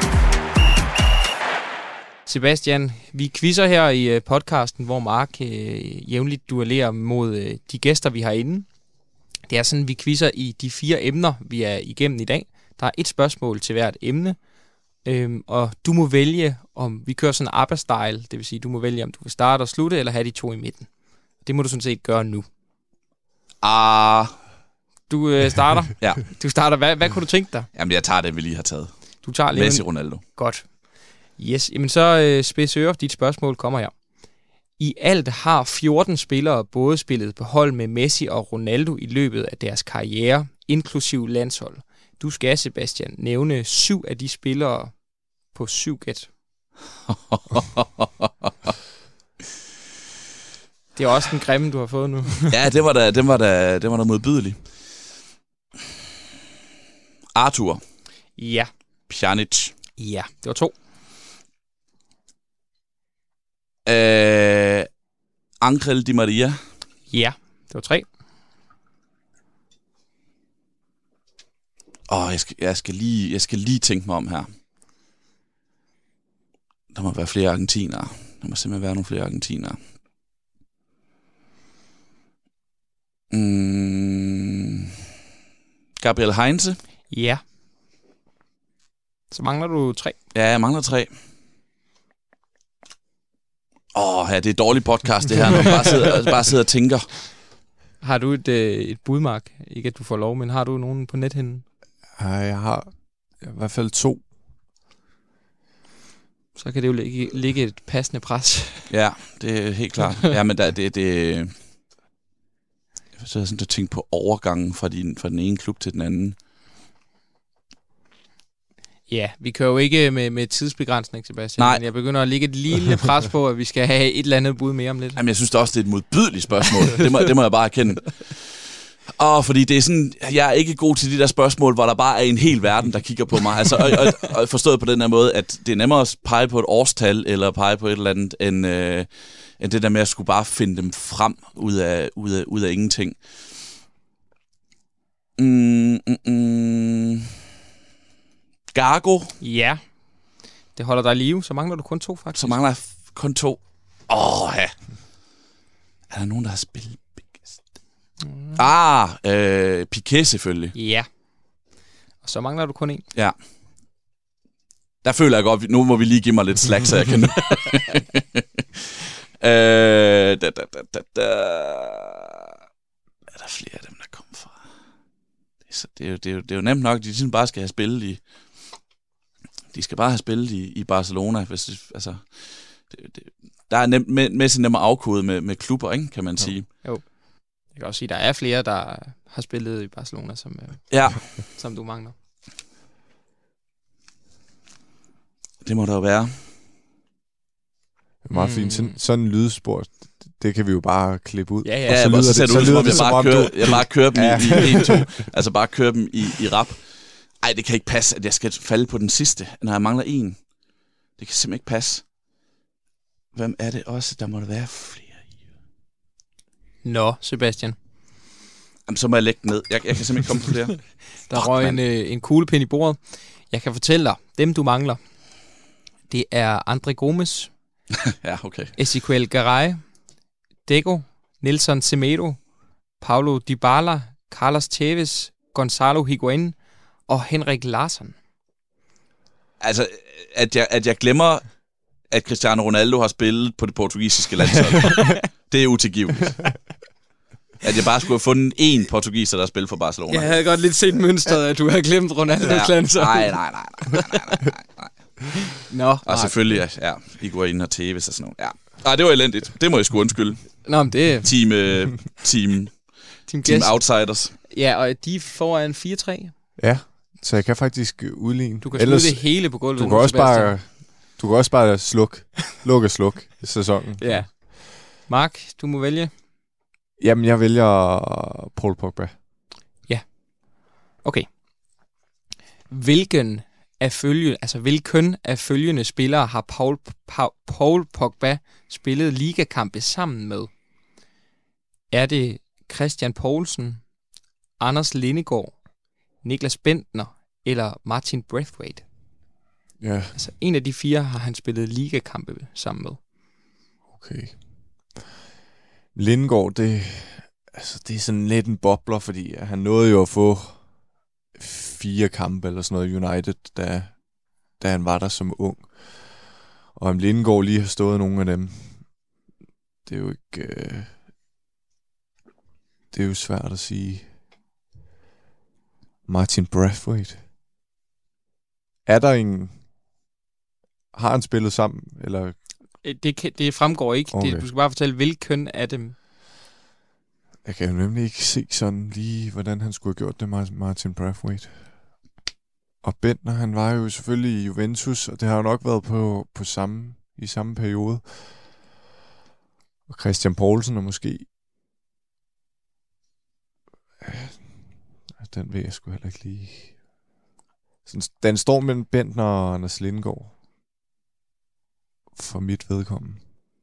Sebastian, vi quizzer her i podcasten, hvor Mark jævnligt duellerer mod de gæster, vi har inde. Det er sådan, vi quizzer i de 4 emner, vi er igennem i dag. Der er et spørgsmål til hvert emne, og du må vælge, om vi kører sådan en ABBA-style, det vil sige, du må vælge, om du vil starte og slutte, eller have de 2 i midten. Det må du sådan set gøre nu. Du starter? Ja. Du starter. Hvad kunne du tænke dig? Jamen, jeg tager det, vi lige har taget. Du tager lige Messi, Ronaldo. Godt. Yes, jamen så spids ører, dit spørgsmål kommer her. I alt har 14 spillere både spillet på hold med Messi og Ronaldo i løbet af deres karriere, inklusiv landshold. Du skal, Sebastian, nævne 7 af de spillere på 7 gæt. Det er også den grimme, du har fået nu. Ja, det var da modbydeligt. Arthur. Ja. Pjanic. Ja, det var 2. Angel Di Maria. Ja, det var 3. Jeg skal lige tænke mig om her. Der må være flere argentinere. Der må simpelthen være nogle flere argentinere. Gabriel Heinze. Ja. Så mangler du 3. Ja, jeg mangler 3. Ja, det er et dårligt podcast, det her, når man bare sidder og tænker. Har du et budmark? Ikke at du får lov, men har du nogen på nethinden? Jeg har i hvert fald 2. Så kan det jo ligge et passende pres. Ja, det er helt klart. Ja, men det jeg sidder sådan at tænke på overgangen fra den ene klub til den anden. Ja, vi kører jo ikke med tidsbegrænsning, Sebastian. Nej. Men jeg begynder at lægge et lille pres på, at vi skal have et eller andet bud mere om lidt. Jamen, jeg synes da også, det er et modbydeligt spørgsmål. Det må jeg bare erkende. Fordi det er sådan, jeg er ikke god til de der spørgsmål, hvor der bare er en hel verden, der kigger på mig. Altså, og forstået på den her måde, at det er nemmere at pege på et årstal, eller pege på et eller andet, end det der med at skulle bare finde dem frem ud af ingenting. Gago. Ja, det holder dig i live. Så mangler du kun 2, faktisk. Så mangler jeg kun 2. Ja. Er der nogen, der har spillet biggest? Piqué selvfølgelig. Ja. Og så mangler du kun 1. Ja. Der føler jeg godt, nu må vi lige give mig lidt slack, så jeg kan... Er der flere af dem, der kommer fra? Det er jo nemt nok, de ligesom bare skal have spillet i... De skal bare have spillet i Barcelona. Der er Messi nemmere afkodet med klubber, ikke, kan man sige. Jo. Jeg kan også sige, at der er flere, der har spillet i Barcelona, som du mangler. Det må der jo være. Meget fint. Sådan en lydspor, det kan vi jo bare klippe ud. Ja, og så lyder det som om jeg bare kører dem i 1-2. Altså bare kører dem i rap. Ej, det kan ikke passe, at jeg skal falde på den sidste, når jeg mangler 1. Det kan simpelthen ikke passe. Hvem er det også? Der må der være flere i. Nå, Sebastian. Jamen, så må jeg lægge den ned. Jeg kan simpelthen ikke komme på flere. Der røg en kuglepind i bordet. Jeg kan fortælle dig, dem du mangler, det er André Gomes. Ja, okay. Ezequiel Garay, Deco, Nelson Semedo, Paulo Dybala, Carlos Tevez, Gonzalo Higuain og Henrik Larsson. Altså, at jeg glemmer, at Cristiano Ronaldo har spillet på det portugisiske landshold, det er utilgiveligt. At jeg bare skulle have fundet én portugiser, der spiller for Barcelona. Jeg havde godt lidt set mønstret, at du havde glemt Ronaldos landshold. Nej. Nå, og selvfølgelig, Higuain og Tevez og sådan noget. Ja. Ej, det var elendigt. Det må jeg sgu undskylde. Nå, men det... Team Outsiders. Ja, og de får en 4-3. Ja, så jeg kan faktisk udligne. Du kan smide det hele på gulvet. Du kan også bare... Du kan også bare lukke og sluk sæsonen. Ja. Mark, du må vælge. Jamen, jeg vælger Paul Pogba. Ja. Okay. Hvilken af følgende spillere har Paul Pogba spillet ligakampe sammen med? Er det Christian Poulsen, Anders Lindegaard, Niklas Bentner eller Martin Braithwaite? Ja. Altså en af de 4 har han spillet ligakampe sammen med. Okay. Lindegaard, det er sådan lidt en bobler, fordi han nåede jo at få 4 kampe eller sådan noget United, da han var der som ung. Og om Lindegaard lige har stået nogle af dem, det er jo ikke... det er jo svært at sige. Martin Braithwaite. Er der en... Har han spillet sammen, eller... Det fremgår ikke. Okay. Du skal bare fortælle, hvilken af dem. Jeg kan jo nemlig ikke se sådan lige, hvordan han skulle have gjort det, Martin Braithwaite. Og Bentner, han var jo selvfølgelig i Juventus, og det har jo nok været i samme periode. Og Christian Poulsen er måske... Den vil jeg sgu heller ikke lige... Den står mellem Bentner og Anders Lindegaard. For mit vedkommende.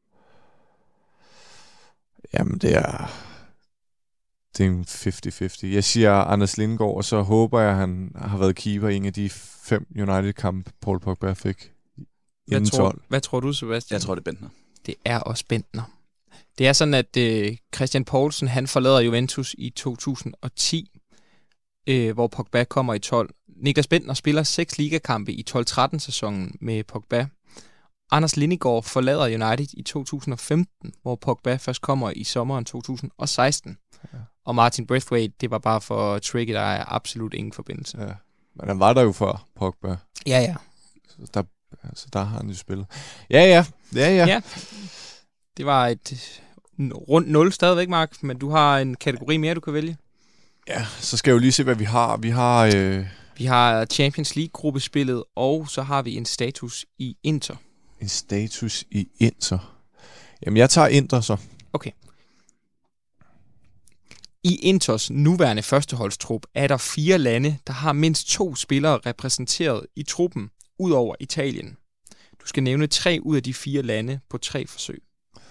Jamen, det er en 50-50. Jeg siger Anders Lindegaard, og så håber jeg, at han har været keeper i en af de 5 United-kampe, Paul Pogba fik inden 12. Hvad tror du, Sebastian? Jeg tror, det er Bentner. Det er også Bentner. Det er sådan, at Christian Poulsen, han forlader Juventus i 2010, hvor Pogba kommer i 12. Niklas Bentner spiller 6 ligakampe i 12-13-sæsonen med Pogba. Anders Lindegaard forlader United i 2015, hvor Pogba først kommer i sommeren 2016. Ja. Og Martin Braithwaite, det var bare for tricket, der er absolut ingen forbindelse. Ja. Men han var der jo før, Pogba. Ja. Så der har han jo spillet. Ja. Det var et rundt 0 stadigvæk, Mark, men du har en kategori mere, du kan vælge. Ja, så skal jeg jo lige se, hvad vi har. Vi har Champions League-gruppespillet, og så har vi en status i Inter. En status i Inter. Jamen, jeg tager Inter så. Okay. I Inters nuværende førsteholdstrup er der 4 lande, der har mindst 2 spillere repræsenteret i truppen, ud over Italien. Du skal nævne 3 ud af de 4 lande på 3 forsøg.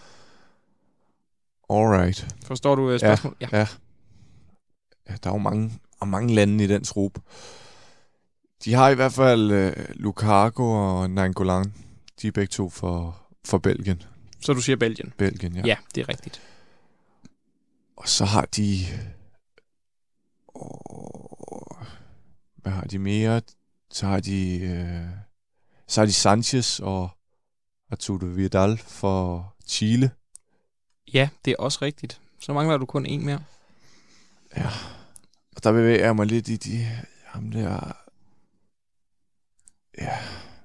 Alright. Forstår du spørgsmålet? Ja. Der er jo mange lande i den trup. De har i hvert fald Lukaku og Nainggolan. De er begge 2 for Belgien. Så du siger Belgien? Belgien, ja. Ja, det er rigtigt. Og så har de... hvad har de mere? Så har de Sanchez og Arturo Vidal for Chile. Ja, det er også rigtigt. Så mangler du kun 1 mere. Ja. Og der bevæger jeg mig lidt i ham der... Ja...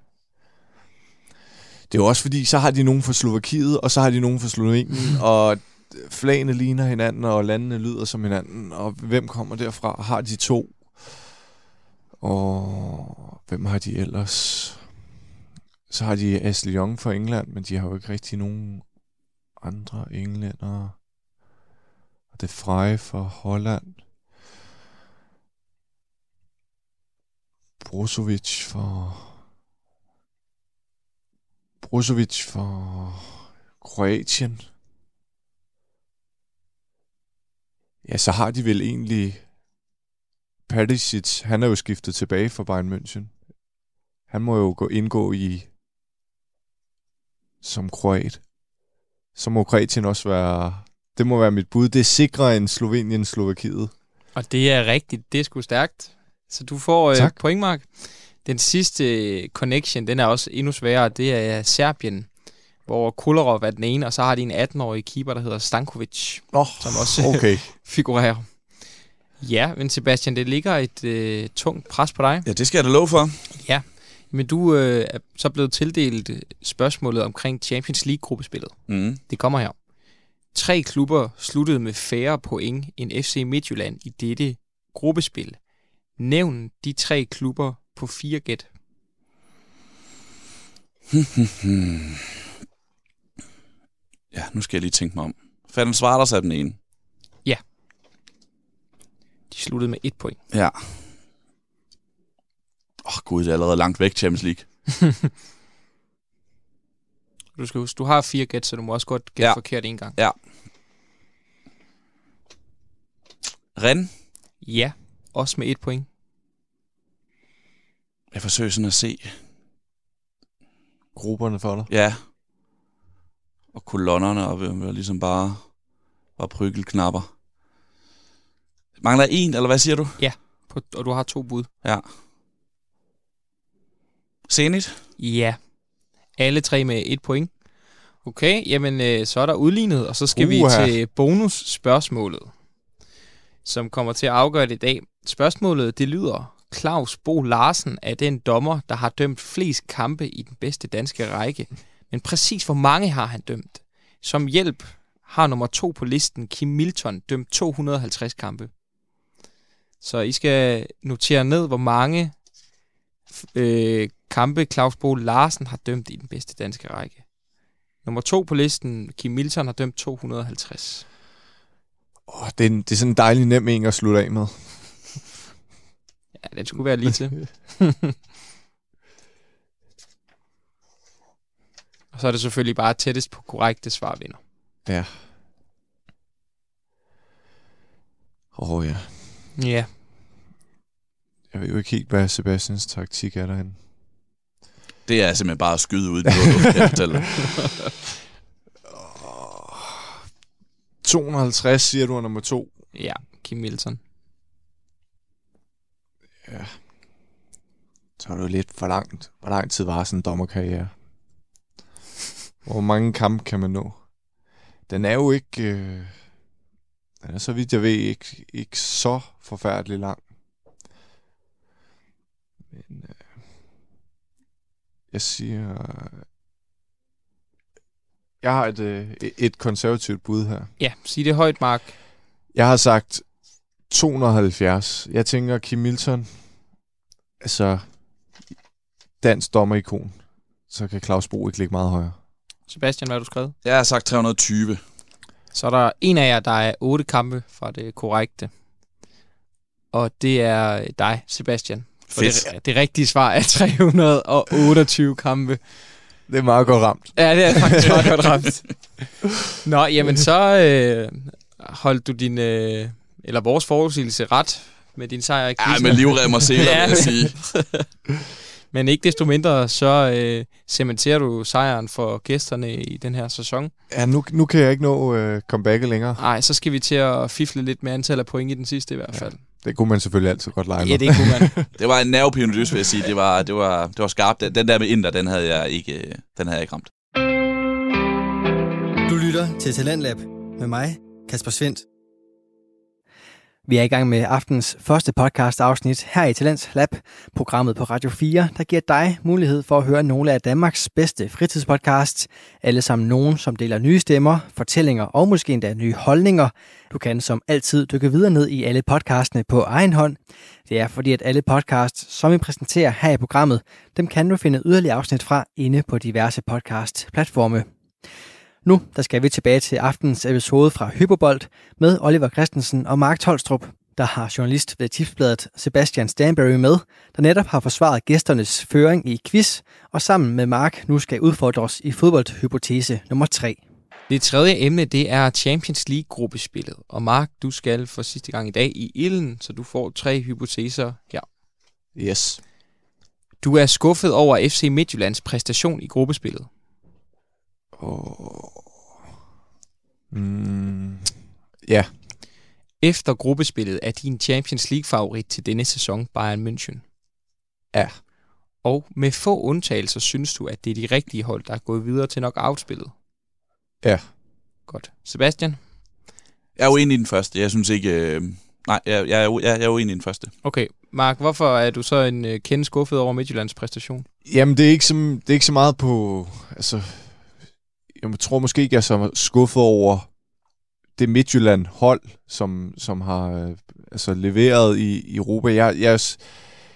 Det er jo også fordi, så har de nogen fra Slovakiet, og så har de nogen fra Slovenien, og flagene ligner hinanden, og landene lyder som hinanden, og hvem kommer derfra? Har de 2? Og hvem har de ellers? Så har de Ashley Young fra England, men de har jo ikke rigtig nogen andre englændere. Og det er Frey fra Holland. Brozovic for Kroatien. Ja, så har de vel egentlig Perisic. Han er jo skiftet tilbage fra Bayern München. Han må jo indgå i som kroat. Så må Kroatien også være... Det må være mit bud. Det er sikrere end Slovenien, Slovakiet. Og det er rigtigt. Det er sgu stærkt. Så du får point, Mark. Den sidste connection, den er også endnu sværere. Det er Serbien, hvor Kolarov er den ene, og så har de en 18-årig keeper, der hedder Stankovic, som også figurerer. Ja, men Sebastian, det ligger et tungt pres på dig. Ja, det skal jeg da love for. Ja, men du er så blevet tildelt spørgsmålet omkring Champions League-gruppespillet. Mm. Det kommer her. 3 klubber sluttede med færre point end FC Midtjylland i dette gruppespil. Nævn de 3 klubber på 4 gæt. Ja, nu skal jeg lige tænke mig om. Ferencváros er den ene. Ja. De sluttede med 1 point. Ja. Gud, det er allerede langt væk, Champions League. Du skal huske, du har 4 gæt, så du må også godt gætte forkert en gang. Ja. Rennes? Ja, også med 1 point. Jeg forsøger sådan at se grupperne for dig. Ja. Og kolonnerne, og ligesom bare prygelknapper. Mangler 1, eller hvad siger du? Ja, og du har 2 bud. Ja. Zenit? Ja. Alle 3 med 1 point. Okay, jamen så er der udlignet, og så skal vi til bonusspørgsmålet, som kommer til at afgøre det i dag. Spørgsmålet, det lyder: Claus Bo Larsen er den dommer, der har dømt flest kampe i den bedste danske række. Men præcis hvor mange har han dømt? Som hjælp har nummer 2 på listen, Kim Milton, dømt 250 kampe. Så I skal notere ned, hvor mange kampe Claus Bo Larsen har dømt i den bedste danske række. Nummer 2 på listen, Kim Milton, har dømt 250. Det er sådan en dejlig nem en at slutte af med. Ja, det skulle være lige til. Og så er det selvfølgelig bare tættest på korrekte svar vinder. Ja. Ja. Ja. Jeg ved jo ikke helt, hvad Sebastians taktik er derhen. Det er simpelthen bare at skyde ud, kan jeg fortælle. 250, siger du, er nummer 2. Ja, Kim Milton. Ja. Så er det jo lidt for langt. Hvor lang tid var sådan en dommerkarriere? Hvor mange kampe kan man nå? Den er jo ikke... den er, så vidt jeg ved, ikke så forfærdelig lang. Men jeg siger... Jeg har et konservativt bud her. Ja, sig det højt, Mark. Jeg har sagt 270. Jeg tænker Kim Milton, altså dansk dommerikon, så kan Claus Bo ikke ligge meget højere. Sebastian, hvad har du skrevet? Jeg har sagt 320. Så er der en af jer, der er 8 kampe fra det korrekte. Og det er dig, Sebastian. Det rigtige svar er 328 kampe. Det er meget godt ramt. Ja, det er faktisk meget godt ramt. Nå, jamen så holdt du din, eller vores forudsigelse ret med din sejr i quizzen. Ja, med livrem og seler, vil jeg sige. Men ikke desto mindre, så cementerer du sejren for gæsterne i den her sæson. Ja, nu kan jeg ikke nå comebacket længere. Nej, så skal vi til at fifle lidt med antal af point i den sidste i hvert fald. Det kunne man selvfølgelig altid godt lege med. Ja, det kunne man. Det var en nervepirrende dyst, vil jeg sige. Det var skarpt. Den der med Inder, den havde jeg ikke ramt. Du lytter til Talentlab med mig, Kasper Svendt. Vi er i gang med aftens første podcast-afsnit her i Talents Lab, programmet på Radio 4, der giver dig mulighed for at høre nogle af Danmarks bedste fritidspodcasts. Alle sammen nogen, som deler nye stemmer, fortællinger og måske endda nye holdninger. Du kan som altid dykke videre ned i alle podcastene på egen hånd. Det er fordi, at alle podcasts, som vi præsenterer her i programmet, dem kan du finde yderligere afsnit fra inde på diverse podcast-platforme. Nu der skal vi tilbage til aftens episode fra Hyperbold med Oliver Christensen og Mark Tolstrup, der har journalist ved Tipsbladet Sebastian Stanbury med, der netop har forsvaret gæsternes føring i quiz, og sammen med Mark nu skal udfordre os i fodboldhypotese nummer 3. Det tredje emne, det er Champions League-gruppespillet. Og Mark, du skal for sidste gang i dag i ilden, så du får 3 hypoteser her. Yes. Du er skuffet over FC Midtjyllands præstation i gruppespillet. Ja. Efter gruppespillet er din Champions League-favorit til denne sæson Bayern München. Ja. Og med få undtagelser synes du, at det er de rigtige hold, der er gået videre til knock-out-spillet. Ja. Godt. Sebastian? Jeg er uenig i den første. Jeg synes ikke... Nej, jeg er uenig i den første. Okay. Mark, hvorfor er du så en kende skuffet over Midtjyllands præstation? Jamen, det er ikke så meget på... Altså, jeg tror måske ikke, jeg er så skuffet over det Midtjylland-hold, som har leveret i Europa.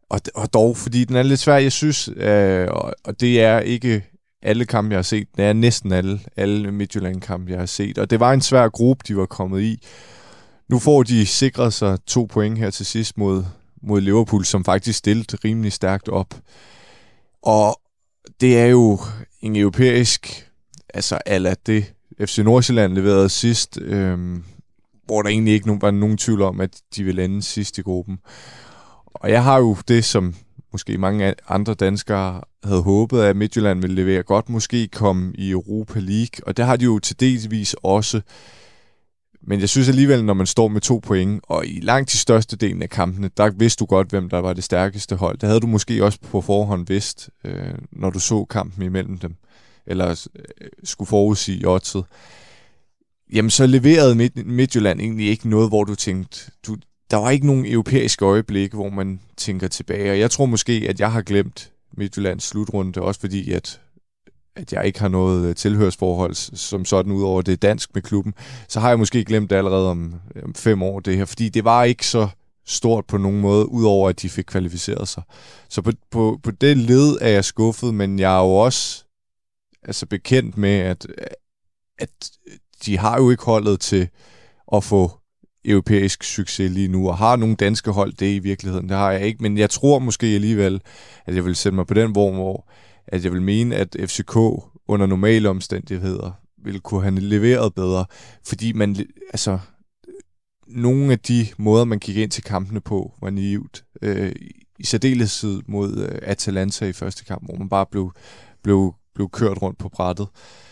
Og dog, fordi den er lidt svær, jeg synes, og det er ikke alle kampe, jeg har set. Det er næsten alle Midtjylland-kampe, jeg har set. Og det var en svær gruppe, de var kommet i. Nu får de sikret sig 2 point her til sidst mod Liverpool, som faktisk stillede rimelig stærkt op. Og det er jo en europæisk, altså ala det FC Nordsjælland leverede sidst, hvor der egentlig ikke var nogen tvivl om, at de ville ende sidst i gruppen. Og jeg har jo det, som måske mange andre danskere havde håbet, at Midtjylland ville levere godt, måske komme i Europa League, og det har de jo til delvis også. Men jeg synes alligevel, når man står med 2 point, og i langt de største delen af kampene, der vidste du godt, hvem der var det stærkeste hold. Det havde du måske også på forhånd vidst, når du så kampen imellem dem, eller skulle forudsige oddset. Jamen, så leverede Midtjylland egentlig ikke noget, hvor du tænkte, der var ikke nogen europæiske øjeblikke, hvor man tænker tilbage. Og jeg tror måske, at jeg har glemt Midtjyllands slutrunde, også fordi, at jeg ikke har noget tilhørsforhold som sådan, ud over det dansk med klubben. Så har jeg måske glemt det allerede om 5 år, det her. Fordi det var ikke så stort på nogen måde, udover at de fik kvalificeret sig. Så på det led er jeg skuffet, men jeg er jo også bekendt med, at de har jo ikke holdet til at få europæisk succes lige nu, og har nogle danske hold det i virkeligheden. Det har jeg ikke, men jeg tror måske alligevel, at jeg vil sætte mig på den vogn, hvor at jeg vil mene, at FCK under normale omstændigheder ville kunne have leveret bedre, fordi man, nogle af de måder, man gik ind til kampene på, var naivt. I særdeleshed mod Atalanta i første kamp, hvor man bare blev kørt rundt på brættet.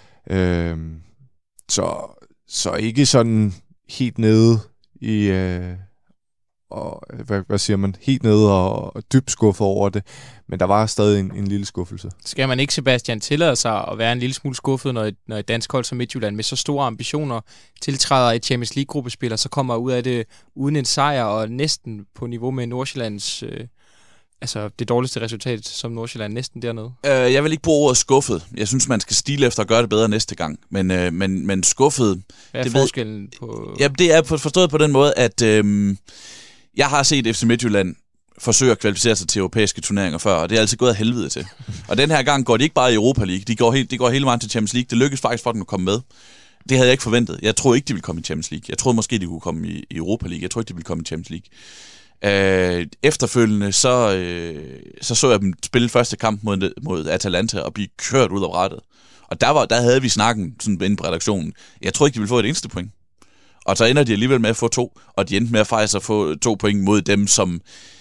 Så ikke sådan helt nede i og hvad siger man, helt nede og dybt skuffet over det, men der var stadig en lille skuffelse. Skal man ikke, Sebastian, tillade sig at være en lille smule skuffet, når et dansk hold som Midtjylland med så store ambitioner tiltræder et Champions League-gruppespil, og så kommer ud af det uden en sejr og næsten på niveau med Nordsjællands det dårligste resultat som Nordsjælland næsten dernede? Jeg vil ikke bruge ordet skuffet. Jeg synes, man skal stile efter at gøre det bedre næste gang. Men skuffet... Hvad er forskellen på... Ja, det er forstået på den måde, at jeg har set FC Midtjylland forsøge at kvalificere sig til europæiske turneringer før, og det er altid gået af helvede til. Og den her gang går de ikke bare i Europa League, de går hele vejen til Champions League. Det lykkedes faktisk for dem at komme med. Det havde jeg ikke forventet. Jeg troede ikke, de ville komme i Champions League. Jeg troede måske, de kunne komme i Europa League. Jeg troede ikke, de ville komme i Champions League. Efterfølgende så jeg dem spille første kamp mod Atalanta og blive kørt ud af brættet. Og der havde vi snakken sådan inde på redaktionen. Jeg tror ikke, de ville få et eneste point. Og så ender de alligevel med at få 2, og de endte med at faktisk at få 2 point mod dem, som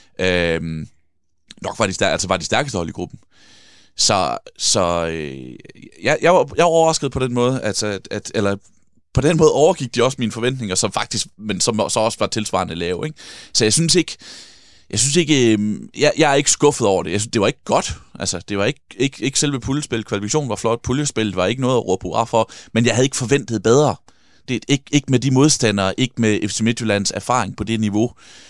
nok var de stærkeste hold i gruppen. Jeg var overrasket på den måde, eller på den måde overgik de også mine forventninger, som faktisk, men som så også var tilsvarende lave, ikke? Så jeg synes ikke, jeg er ikke skuffet over det. Jeg synes, det var ikke godt. Altså, det var ikke selve puljespil. Kvalifikationen var flot. Puljespillet var ikke noget at råbe hurra for, men jeg havde ikke forventet bedre. Det er ikke med de modstandere, ikke med FC Midtjyllands erfaring på det niveau.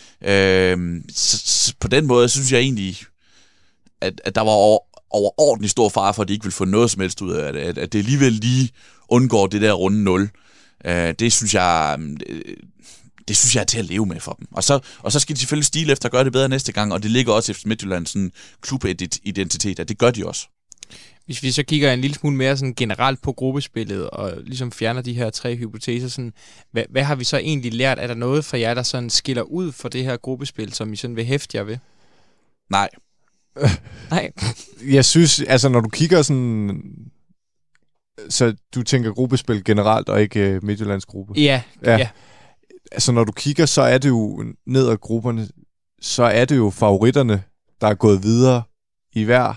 På den måde synes jeg egentlig, at der var overordentlig stor fare for, at de ikke ville få noget som helst ud af det. At det alligevel lige undgår det der runde 0. Det synes jeg er til at leve med for dem. Og så skal de selvfølgelig stile efter at gøre det bedre næste gang, og det ligger også efter Midtjyllands sådan klubidentitet, og det gør de også. Hvis vi så kigger en lille smule mere sådan generelt på gruppespillet, og ligesom fjerner de her 3 hypoteser, sådan, hvad har vi så egentlig lært? Er der noget for jer, der sådan skiller ud for det her gruppespil, som I sådan vil hæfte jer ved? Nej. Nej. Jeg synes, når du kigger sådan... Så du tænker gruppespil generelt, og ikke Midtjyllands gruppe? Ja. Når du kigger, så er det jo ned ad grupperne, så er det jo favoritterne, der er gået videre i hver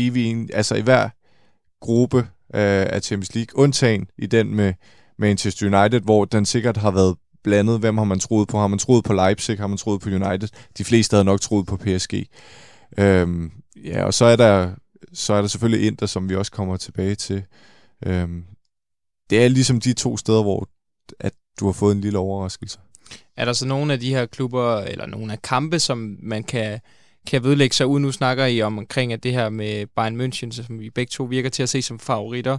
gruppe af Champions League, undtagen i den med Manchester United, hvor den sikkert har været blandet. Hvem har man troet på? Har man troet på Leipzig? Har man troet på United? De fleste havde nok troet på PSG. Og så er der selvfølgelig Inter, som vi også kommer tilbage til. Det er ligesom de 2 steder, hvor at du har fået en lille overraskelse. Er der så nogle af de her klubber, eller nogle af kampe, som man kan vedlægge sig ud? Nu snakker I omkring at det her med Bayern München, som vi begge to virker til at se som favoritter.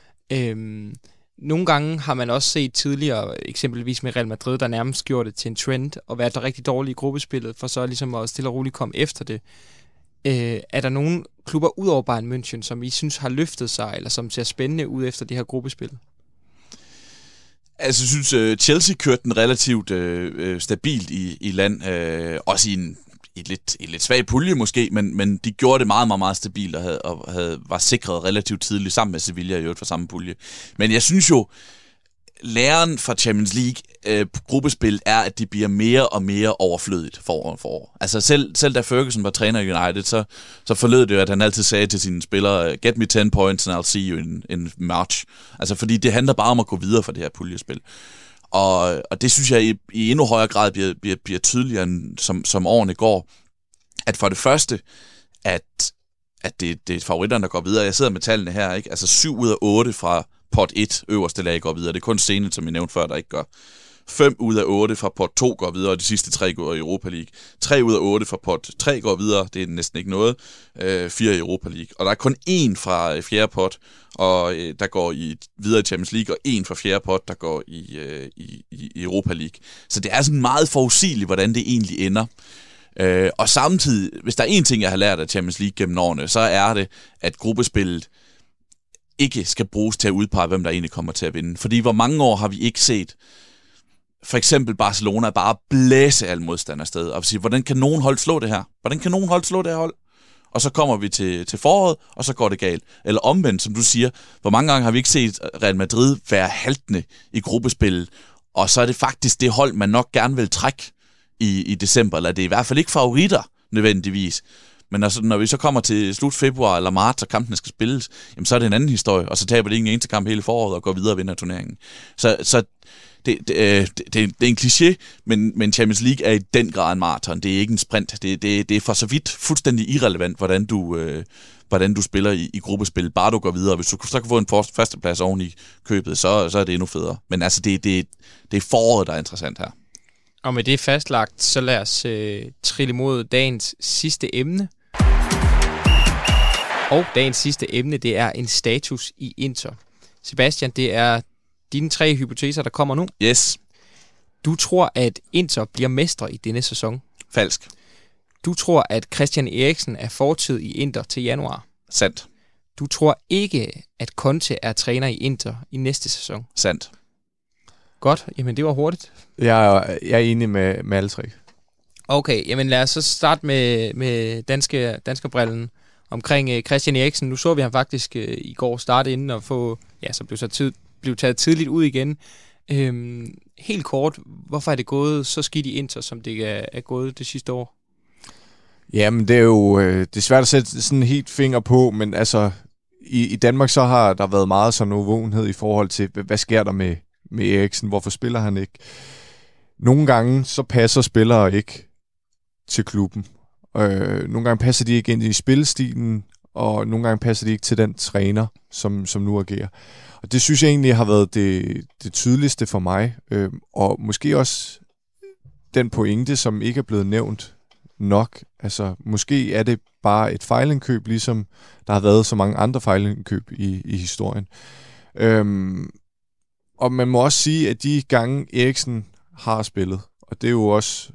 Nogle gange har man også set tidligere, eksempelvis med Real Madrid, der nærmest gjorde det til en trend, og været der rigtig dårligt i gruppespillet, for så ligesom at stille og roligt komme efter det. Er der nogen klubber ud over Bayern München, som I synes har løftet sig, eller som ser spændende ud efter det her gruppespil? Altså, jeg synes, Chelsea kørte den relativt stabilt i land. Også i en lidt svag pulje måske, men de gjorde det meget, meget, meget stabilt og var sikret relativt tidligt sammen med Sevilla i øvrigt for samme pulje. Men jeg synes jo, læren fra Champions League gruppespil er, at de bliver mere og mere overflødigt for år. Altså selv da Ferguson var træner i United, så forlød det jo, at han altid sagde til sine spillere, get me 10 points and I'll see you in March. Altså fordi det handler bare om at gå videre fra det her puljespil. Og det synes jeg i endnu højere grad bliver tydeligere, som årene går. At for det første, at det er favoritterne, der går videre. Jeg sidder med tallene her, ikke? Altså 7 ud af 8 fra pot 1 øverste lag går videre. Det er kun Zenit, som jeg nævnte før, der ikke gør. 5 ud af 8 fra pot 2 går videre, og de sidste 3 går i Europa League. 3 ud af 8 fra pot 3 går videre, det er næsten ikke noget. 4 i Europa League. Og der er kun 1 fra 4. pot, og der går videre i Champions League, og 1 fra 4. pot, der går i Europa League. Så det er sådan meget forudsigeligt, hvordan det egentlig ender. Og samtidig, hvis der er en ting, jeg har lært af Champions League gennem årene, så er det, at gruppespillet ikke skal bruges til at udpege, hvem der egentlig kommer til at vinde. Fordi hvor mange år har vi ikke set for eksempel Barcelona bare blæse alle modstandere afsted, og sige, hvordan kan nogen hold slå det her? Hvordan kan nogen hold slå det her hold? Og så kommer vi til foråret, og så går det galt. Eller omvendt, som du siger, hvor mange gange har vi ikke set Real Madrid være haltende i gruppespillet, og så er det faktisk det hold, man nok gerne vil trække i december, eller det er i hvert fald ikke favoritter nødvendigvis. Men altså, når vi så kommer til slut februar eller marts, og kampene skal spilles, jamen, så er det en anden historie, og så taber det ikke en eneste kamp hele foråret og går videre og vinder turneringen. Så det er en kliché, men Champions League er i den grad en maraton. Det er ikke en sprint. Det er for så vidt fuldstændig irrelevant, hvordan du spiller i gruppespil. Bare du går videre. Hvis du så kan få en førsteplads oven i købet, så er det endnu federe. Men altså, det er foråret, der er interessant her. Og med det fastlagt, så lad os trille mod dagens sidste emne. Og dagens sidste emne, det er en status i Inter. Sebastian, det er dine 3 hypoteser, der kommer nu. Yes. Du tror, at Inter bliver mestre i denne sæson. Falsk. Du tror, at Christian Eriksen er fortid i Inter til januar. Sandt. Du tror ikke, at Conte er træner i Inter i næste sæson. Sandt. Godt, jamen det var hurtigt. Jeg er enig med alle 3. Okay, jamen lad os så starte med danskerbrillen omkring Christian Eriksen. Nu så vi ham faktisk i går starte inden og få, ja, så blev taget tidligt ud igen. Helt kort, hvorfor er det gået så skidt i Inter, som det er gået det sidste år? Jamen det er jo det er svært at sætte sådan en helt finger på, men altså i Danmark så har der været meget sådan uvågenhed i forhold til, hvad sker der med Eriksen, hvorfor spiller han ikke? Nogle gange så passer spillere ikke til klubben. Nogle gange passer de ikke ind i spillestilen, og nogle gange passer de ikke til den træner, som nu agerer. Og det synes jeg egentlig har været det tydeligste for mig, og måske også den pointe, som ikke er blevet nævnt nok. Altså, måske er det bare et fejlindkøb, ligesom der har været så mange andre fejlindkøb i historien. Og man må også sige, at de gange Eriksen har spillet, og det er jo også,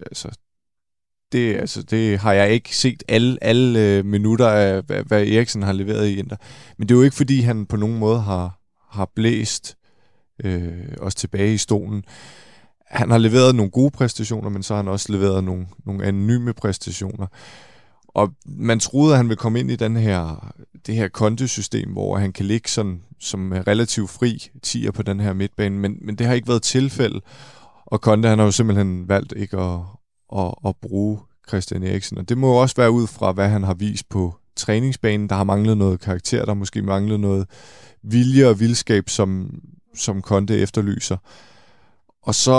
det har jeg ikke set alle minutter af, hvad Eriksen har leveret i Inter. Men det er jo ikke, fordi han på nogen måde har blæst os tilbage i stolen. Han har leveret nogle gode præstationer, men så har han også leveret nogle anonyme præstationer. Og man troede, at han ville komme ind i det her Conte-system, hvor han kan ligge sådan, som relativt fri tier på den her midtbane, men det har ikke været tilfælde. Og Conte, han har jo simpelthen valgt ikke at bruge Christian Eriksen. Og det må også være ud fra, hvad han har vist på træningsbanen. Der har manglet noget karakter, der har måske manglet noget vilje og vildskab, som Conte efterlyser. Og så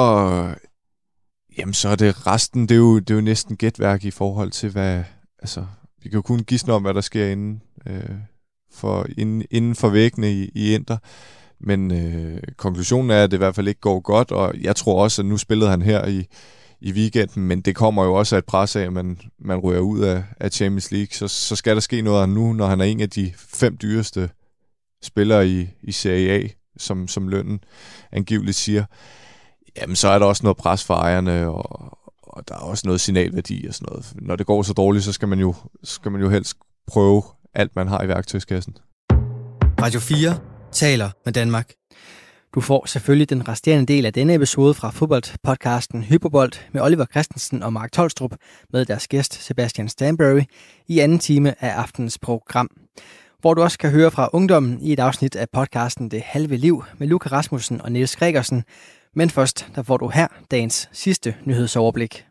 er det resten, det er jo næsten gætværk i forhold til, hvad, altså, vi kan jo kun gisne om, hvad der sker inden for væggene i Inter. Men konklusionen er, at det i hvert fald ikke går godt, og jeg tror også, at nu spillede han her i weekenden, men det kommer jo også af et pres af, at man ryger ud af Champions League. Så skal der ske noget nu, når han er en af de 5 dyreste spillere i Serie A, som lønnen angiveligt siger. Jamen, så er der også noget pres for ejerne, og der er også noget signalværdi og sådan noget. Når det går så dårligt, så skal man jo helst prøve alt, man har i værktøjskassen. Radio 4 taler med Danmark. Du får selvfølgelig den resterende del af denne episode fra fodboldpodcasten Hyperbold med Oliver Christensen og Mark Tolstrup med deres gæst Sebastian Stanbury i anden time af aftenens program, hvor du også kan høre fra ungdommen i et afsnit af podcasten Det Halve Liv med Luca Rasmussen og Niels Gregersen. Men først, der får du her dagens sidste nyhedsoverblik.